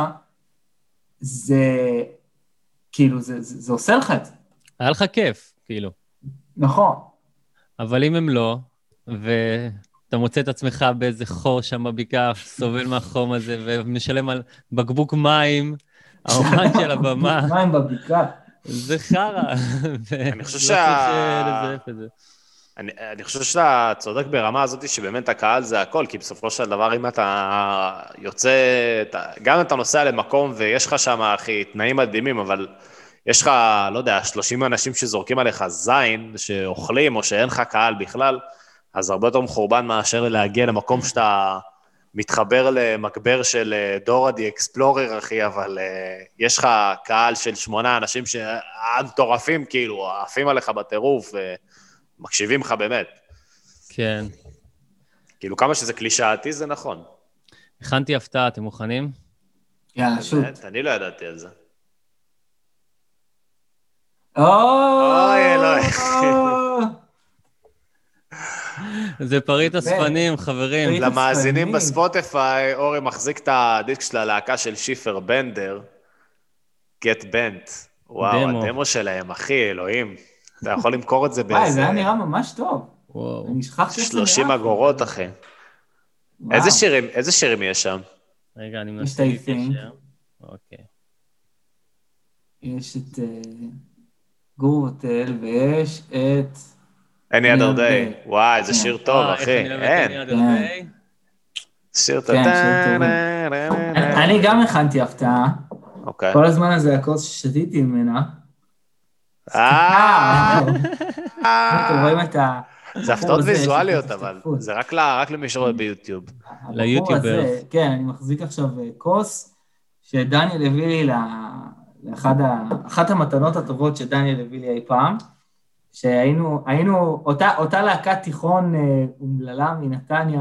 זה כאילו, זה, זה, זה עושה לך את זה. היה לך כיף, כאילו. נכון. אבל אם הם לא, ואתה מוצא את עצמך באיזה חור שם בבקעה, סובל מהחום הזה, ומשלם על בקבוק מים, האומן של הבמה. מים בבקעה. זה חרה. אני חושב שה... אני, אני חושב שאתה צודק ברמה הזאת שבאמת הקהל זה הכל, כי בסופו של דבר אם אתה יוצא, אתה, גם אם אתה נוסע למקום ויש לך שם, אחי, תנאים מדהימים, אבל יש לך, לא יודע, שלושים אנשים שזורקים עליך זין, שאוכלים או שאין לך קהל בכלל, אז הרבה יותר מחורבן מאשר להגיע למקום שאתה מתחבר למקבר של דורה די אקספלורר, אחי, אבל uh, יש לך קהל של שמונה אנשים שהמטורפים, כאילו, עפים עליך בטירוף, ומקשיבים לך באמת. כן. כאילו, כמה שזה קלישאתי, זה נכון. הכנתי הפתעה, אתם מוכנים? יאללה, שוט. אני לא ידעתי על זה. אוי, אלוהי. זה פריט הספנים, חברים. למאזינים בספוטיפיי, אורי מחזיק את הדיסק של הלהקה של שיפר בנדר, Get Bent. וואו, הדמו שלהם, אחי, אלוהים. אתה יכול למכור את זה באיזה... וואי, זה היה נראה ממש טוב. שלושים אגורות, אחי. איזה שירים, איזה שירים יש שם? רגע, אני מנסה להתקשר. אוקיי. יש את גור הוטל, ויש את... Any other day. וואי, זה שיר טוב, אחי. אין. שיר טוב. אני גם הכנתי הפתעה. אוקיי. כל הזמן הזה הכוס ששתיתי ממנה. אה. אתם רואים את ה... זה הפתעות ויזואליות, אבל זה רק למי שרואה ביוטיוב. ליוטיובר. כן, אני מחזיק עכשיו כוס שדניאל הביא לי לאחת המתנות הטובות שדניאל הביא לי אי פעם. שהיינו, היינו, אותה, אותה להקת תיכון אומללה מנתניה,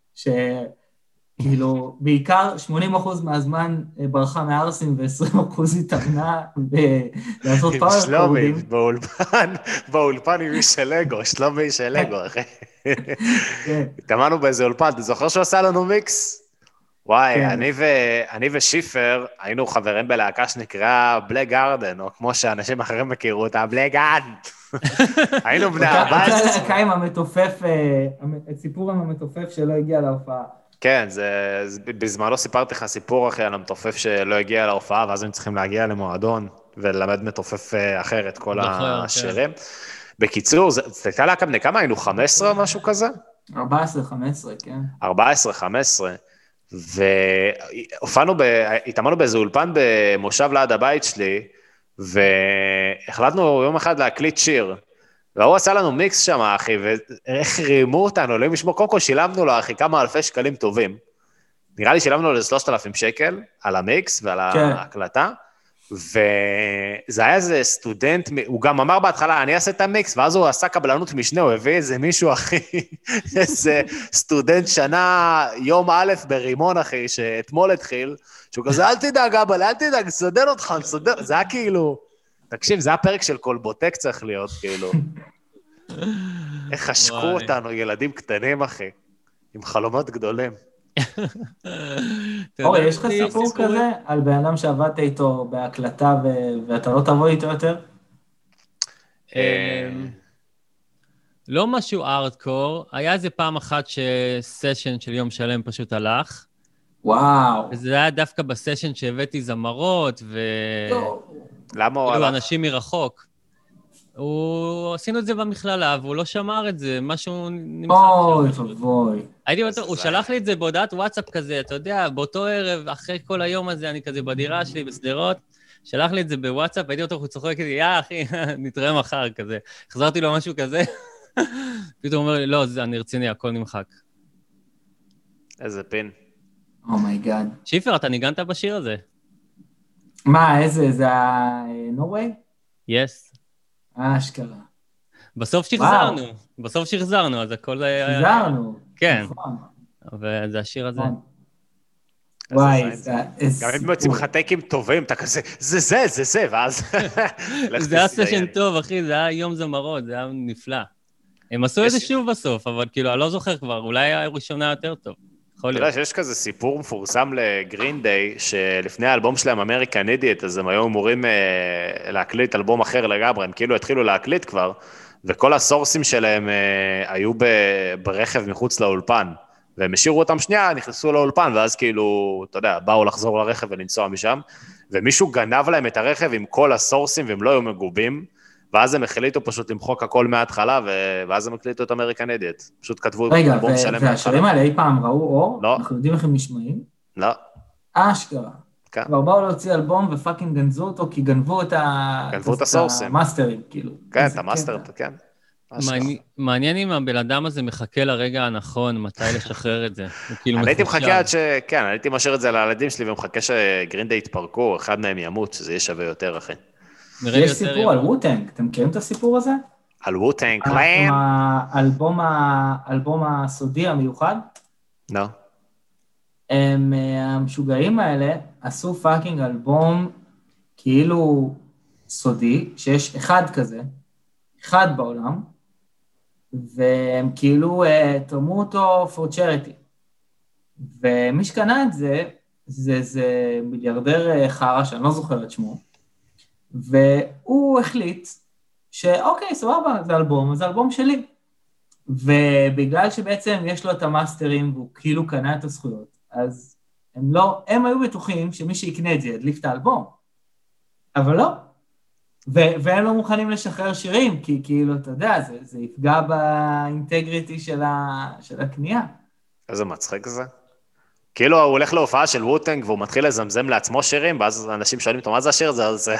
שכאילו, בעיקר שמונים אחוז מהזמן ברחה מהארסים, ו-עשרים אחוז התאמנה לעשות פאוור קורדים. שלומי, באולפן, באולפן עם איש של לגו, שלומי איש של לגו, אחי. התאמנו באיזה אולפן, אתה זוכר שהוא עשה לנו מיקס? וואי, אני, ו... אני ושיפר היינו חברים בלהקה שנקרא בלק גארדן, או כמו שאנשים אחרים מכירו אותה, בלק גארדן. היינו בני ארבע עשרה. אותה להקה עם המתופף, את סיפור עם המתופף שלא הגיע להופעה. כן, זה, זה, בזמנו סיפרתי לך סיפור אחרי על המתופף שלא הגיע להופעה, ואז הם צריכים להגיע למועדון, וללמד מתופף אחר את כל השירים. בקיצור, זה הייתה להקה בני כמה? היינו חמש עשרה או משהו כזה? ארבע עשרה חמש עשרה, כן. ארבע עשרה חמש עשרה. והופענו, התאמנו באיזה אולפן במושב ליד הבית שלי, והחלטנו יום אחד להקליט שיר, והוא עשה לנו מיקס שם, אחי, ואיך רימו אותנו, לא משמור, קודם כל שילמנו לו, אחי, כמה אלפי שקלים טובים. נראה לי שילמנו לו שלושת אלפים שקל על המיקס ועל ההקלטה, וזה היה איזה סטודנט, הוא גם אמר בהתחלה, אני אעשה את המיקס, ואז הוא עשה קבלנות משנה, הוא הביא איזה מישהו, אחי, איזה סטודנט שנה, יום א' ברימון, אחי, שאתמול התחיל, שהוא כזה, אל תדאג, אבל אל תדאג, סדר אותך, סדר, זה היה כאילו, תקשיב, זה היה פרק של קולבוטק צריך להיות, כאילו. איך חשקו אותנו, ילדים קטנים, אחי, עם חלומות גדולים. אורי, יש לך סיפור כזה על בן אדם שעבדת איתו בהקלטה ואתה לא תבוא איתו יותר? לא משהו ארדקור, היה איזה פעם אחת שסשן של יום שלם פשוט הלך. וואו. וזה היה דווקא בסשן שהבאתי זמרות ו... למה הוא הלך? אנשים מרחוק. הוא... עשינו את זה במכללה, והוא לא שמר את זה, משהו נמחק שם. אוי, אוי. הייתי בטוח, הוא שלח לי את זה בהודעת וואטסאפ כזה, אתה יודע, באותו ערב, אחרי כל היום הזה, אני כזה בדירה שלי בסדרות, שלח לי את זה בוואטסאפ, הייתי בטוח, הוא צוחק כזה, יא אחי, נתראה מחר כזה. החזרתי לו משהו כזה, פתאום הוא אומר לי, לא, אני רציני, הכל נמחק. איזה פין. אומייגאד. שיפר, אתה ניגנת בשיר הזה? מה, איזה, זה ה-Norway? יס. אה, אשכרה. בסוף שחזרנו, בסוף שחזרנו, אז הכל... שחזרנו. כן. וזה השיר הזה. וואי, זה... גם הם מוצאים חטקים טובים, אתה כזה, זה זה, זה זה, ואז... זה היה סשן טוב, אחי, זה היה יום זמרות, זה היה נפלא. הם עשו את זה שוב בסוף, אבל כאילו, אני לא זוכר כבר, אולי הראשונה יותר טוב. אתה יודע שיש כזה סיפור מפורסם לגרין דיי, שלפני האלבום שלהם, אמריקן אידיוט, אז הם היו אמורים להקליט אלבום אחר לגמרי, הם כאילו התחילו להקליט כבר, וכל הסורסים שלהם היו ברכב מחוץ לאולפן, והם השאירו אותם שנייה, נכנסו לאולפן, ואז כאילו, אתה יודע, באו לחזור לרכב ולנסוע משם, ומישהו גנב להם את הרכב עם כל הסורסים, והם לא היו מגובים, ואז הם החליטו פשוט למחוק הכל מההתחלה, ואז הם הקליטו את אמריקן אידיוט. פשוט כתבו אלבום שלם מההתחלה. והשירים האלה אי פעם ראו אור? לא. אנחנו יודעים איך הם נשמעים? לא. אשכרה. כן. כבר באו להוציא אלבום ופאקינג גנזו אותו, כי גנבו את ה... גנבו את הסורסים. המאסטרים, כאילו. כן, את המאסטרים, כן. מעניין אם הבן אדם הזה מחכה לרגע הנכון, מתי לשחרר את זה. אני הייתי מחכה עד ש... כן, אני הייתי משאיר את זה לילדים שלי, ומחכה שגרין דיי יתפרקו, אחד מהם ימות, שזה יהיה שווה יותר, אחי. יש סיפור על ווטנג, אתם מכירים את הסיפור הזה? על ווטנג קלן? האלבום הסודי המיוחד? לא. הם, המשוגעים האלה עשו פאקינג אלבום כאילו סודי, שיש אחד כזה, אחד בעולם, והם כאילו תרמו אותו for charity. ומי שקנה את זה, זה, זה מיליארדר חרה, שאני לא זוכר את שמו, והוא החליט שאוקיי, סבבה, זה אלבום, זה אלבום שלי. ובגלל שבעצם יש לו את המאסטרים, והוא כאילו קנה את הזכויות, אז הם לא, הם היו בטוחים שמי שיקנה את זה ידליק את האלבום. אבל לא. ו- והם לא מוכנים לשחרר שירים, כי כאילו, אתה יודע, זה, זה יפגע באינטגריטי של, ה- של הקנייה. איזה מצחיק זה. כאילו הוא הולך להופעה של ווטנג, והוא מתחיל לזמזם לעצמו שירים, ואז אנשים שואלים אותו, מה זה השיר הזה? אז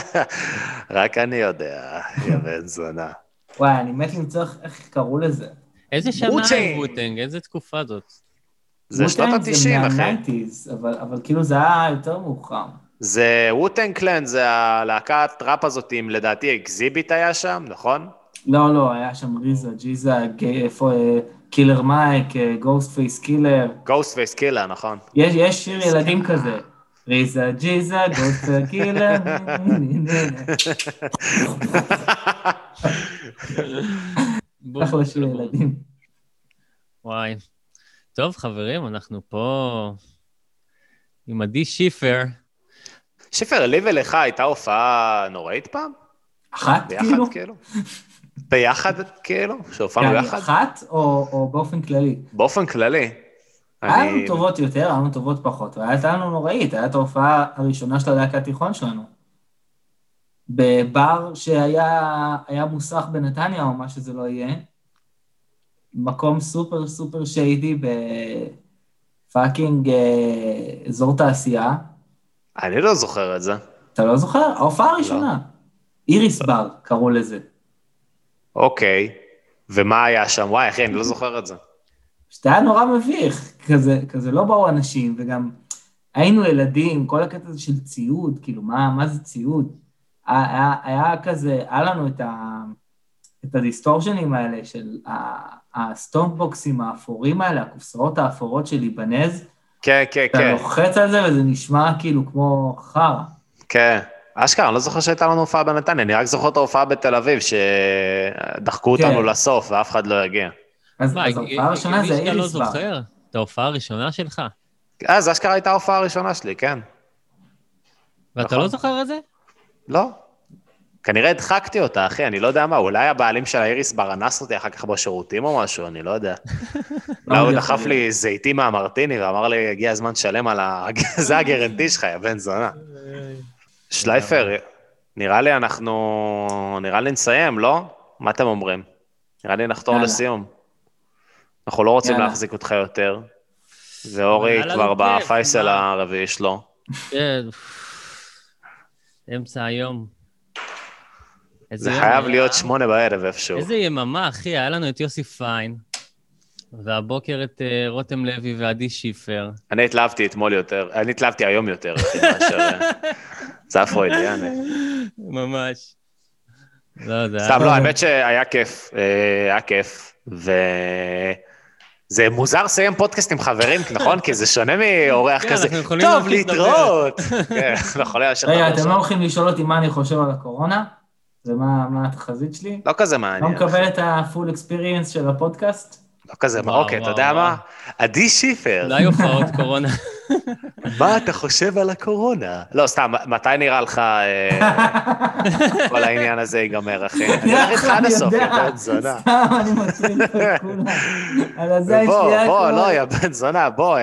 רק אני יודע, יא בן זונה. וואי, אני מת למצוא איך קראו לזה. איזה שנה עם ווטנג? איזה תקופה זאת? זה שנות ה-תשעים, אחי. זה מה-תשעים, אבל, אבל כאילו זה היה יותר מאוחר. זה ווטנג קלן, זה הלהקת ראפ הזאת, עם לדעתי אקזיביט היה שם, נכון? לא, לא, היה שם ריזה, ג'יזה, איפה... קילר מייק, גוסט פייס קילר. גוסט פייס קילר, נכון. יש, יש שיר ילדים כזה. ריזה, ג'יזה, גוסט פייס קילר. אחלה שיר ילדים. וואי. טוב, חברים, אנחנו פה עם עדי שיפר. שיפר, לי ולך הייתה הופעה נוראית פעם? אחת, כאילו? ביחד, כאילו? שהופענו יחד? אחת או באופן כללי? באופן כללי. היה לנו טובות יותר, היה לנו טובות פחות, והייתה לנו נוראית, הייתה את ההופעה הראשונה של הלהקה התיכון שלנו. בבר שהיה מוסך בנתניה, או מה שזה לא יהיה, מקום סופר סופר שיידי פאקינג אזור תעשייה. אני לא זוכר את זה. אתה לא זוכר? ההופעה הראשונה. איריס בר, קראו לזה. אוקיי. ומה היה שם? וואי, אחי, אני לא זוכר את זה. שזה היה נורא מביך, כזה, כזה לא באו אנשים, וגם היינו ילדים, כל הקטע הזה של ציוד, כאילו, מה, מה זה ציוד? היה, היה כזה, היה לנו את, ה, את הדיסטורשנים האלה של הסטומפבוקסים האפורים האלה, הקופסאות האפורות של ליבנז. כן, כן, כן. אתה לוחץ על זה וזה נשמע כאילו כמו חרא. כן. אשכרה, אני לא זוכר שהייתה לנו הופעה בנתניה, אני רק זוכר את ההופעה בתל אביב, שדחקו אותנו לסוף ואף אחד לא יגיע. אז ההופעה הראשונה זה איריס בר. אתה לא זוכר? את ההופעה הראשונה שלך? אז אשכרה הייתה ההופעה הראשונה שלי, כן. ואתה לא זוכר את זה? לא. כנראה הדחקתי אותה, אחי, אני לא יודע מה, אולי הבעלים של האיריס בר אנס אותי אחר כך בשירותים או משהו, אני לא יודע. אולי הוא דחף לי זיתים מהמרטיני ואמר לי, הגיע הזמן שלם על ה... זה הגרנטי שלך, יא בן זונה. שלייפר, נראה לי אנחנו... נראה לי נסיים, לא? מה אתם אומרים? נראה לי נחתור לסיום. אנחנו לא רוצים להחזיק אותך יותר. ואורי כבר בפייסל הרביעי שלו. כן. אמצע היום. זה חייב להיות שמונה בערב איפשהו. איזה יממה, אחי, היה לנו את יוסי פיין, והבוקר את רותם לוי ועדי שיפר. אני התלהבתי אתמול יותר, אני התלהבתי היום יותר, מאשר... זה הפרוידיאני. ממש. לא, זה... סתם, לא, האמת שהיה כיף, היה כיף, ו... זה מוזר לסיים פודקאסט עם חברים, נכון? כי זה שונה מאורח כזה, טוב, להתראות. כן, אנחנו יכולים להשאר את רגע, אתם לא הולכים לשאול אותי מה אני חושב על הקורונה? ומה התחזית שלי? לא כזה מעניין. לא מקבל את הפול אקספיריאנס של הפודקאסט? לא כזה, אוקיי, אתה יודע מה? עדי שיפר. אולי הופעות קורונה. מה אתה חושב על הקורונה? לא, סתם, מתי נראה לך כל העניין הזה ייגמר, אחי? אני הולך איתך עד הסוף, יא בן זונה. סתם, אני מצליח את כולם. על הזין בוא, שלי בוא, לא, יא בן זונה, בוא,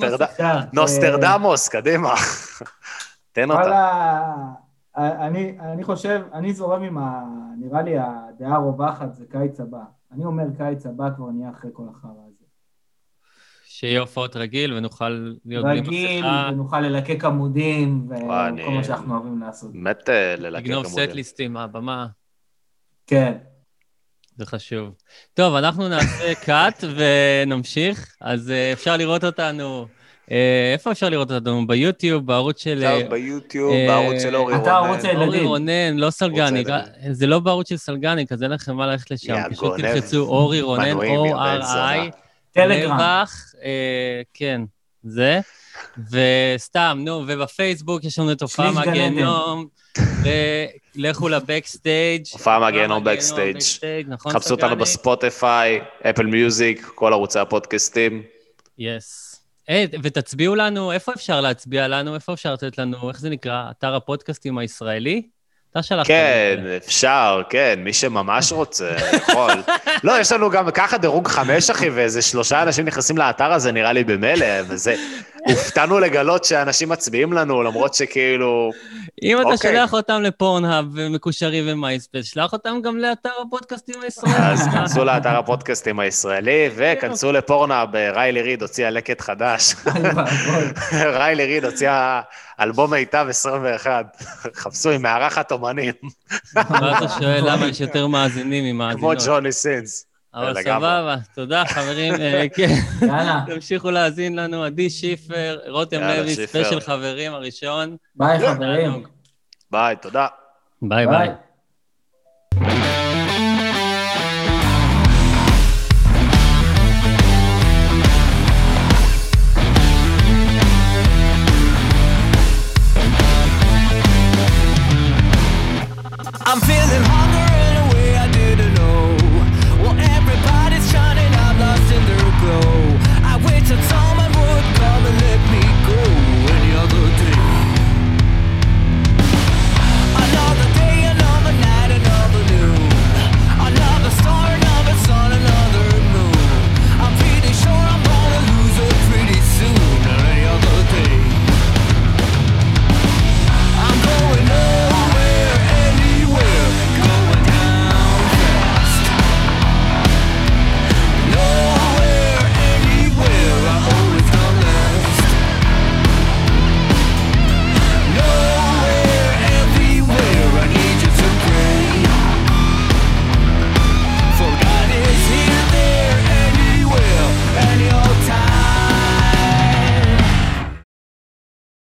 נוסטרדמוס, קדימה. תן אותה. וואלה, אני, אני חושב, אני זורם עם ה... נראה לי הדעה הרווחת זה קיץ הבא. אני אומר קיץ הבא כבר נהיה אחרי כל החרא הזה. שיהיה הופעות רגיל ונוכל להיות בלי מסכה. רגיל, ונוכל ללקק עמודים, וכל מה שאנחנו אוהבים לעשות. באמת ללקק עמודים. לגנוב סט-ליסטים מהבמה. כן. זה חשוב. טוב, אנחנו נעשה קאט ונמשיך. אז אפשר לראות אותנו... איפה אפשר לראות אותנו? ביוטיוב, בערוץ של... ביוטיוב, בערוץ של אורי רונן. אתה ערוץ הילדים. אורי רונן, לא סלגניק. זה לא בערוץ של סלגניק, אז אין לכם מה ללכת לשם. פשוט תלחצו אורי רונן, O-R-I, טלגרם. כן, זה. וסתם, נו, ובפייסבוק יש לנו את הופעה מהגיהנום, ולכו לבקסטייג'. הופעה מהגיהנום בקסטייג'. חפשו אותנו בספוטיפיי, אפל מיוזיק, כל ערוצי הפודקאסטים. יס. היי, ותצביעו לנו, איפה אפשר להצביע לנו? איפה אפשר לתת לנו, איך זה נקרא? אתר הפודקאסטים הישראלי? אתה שלחת. כן, אפשר, כן, מי שממש רוצה, יכול. לא, יש לנו גם ככה דירוג חמש, אחי, ואיזה שלושה אנשים נכנסים לאתר הזה, נראה לי במלא, וזה... הופתענו לגלות שאנשים מצביעים לנו, למרות שכאילו... אם אתה שולח אותם לפורנהאב ומקושרים ומייספייס, שלח אותם גם לאתר הפודקאסטים הישראלי. אז כנסו לאתר הפודקאסטים הישראלי, וכנסו לפורנהאב, ריילי ריד הוציאה לקט חדש. ריילי ריד הוציאה אלבום מיטב עשרים ואחת. חפשו עם מארחת אומנים. מה אתה שואל, למה יש יותר מאזינים ממאזינות? כמו ג'וני סינס. אבל סבבה, תודה חברים, כן. תמשיכו להאזין לנו, עדי שיפר, רותם לוי, ספיישל חברים הראשון. ביי חברים. ביי, תודה. ביי ביי.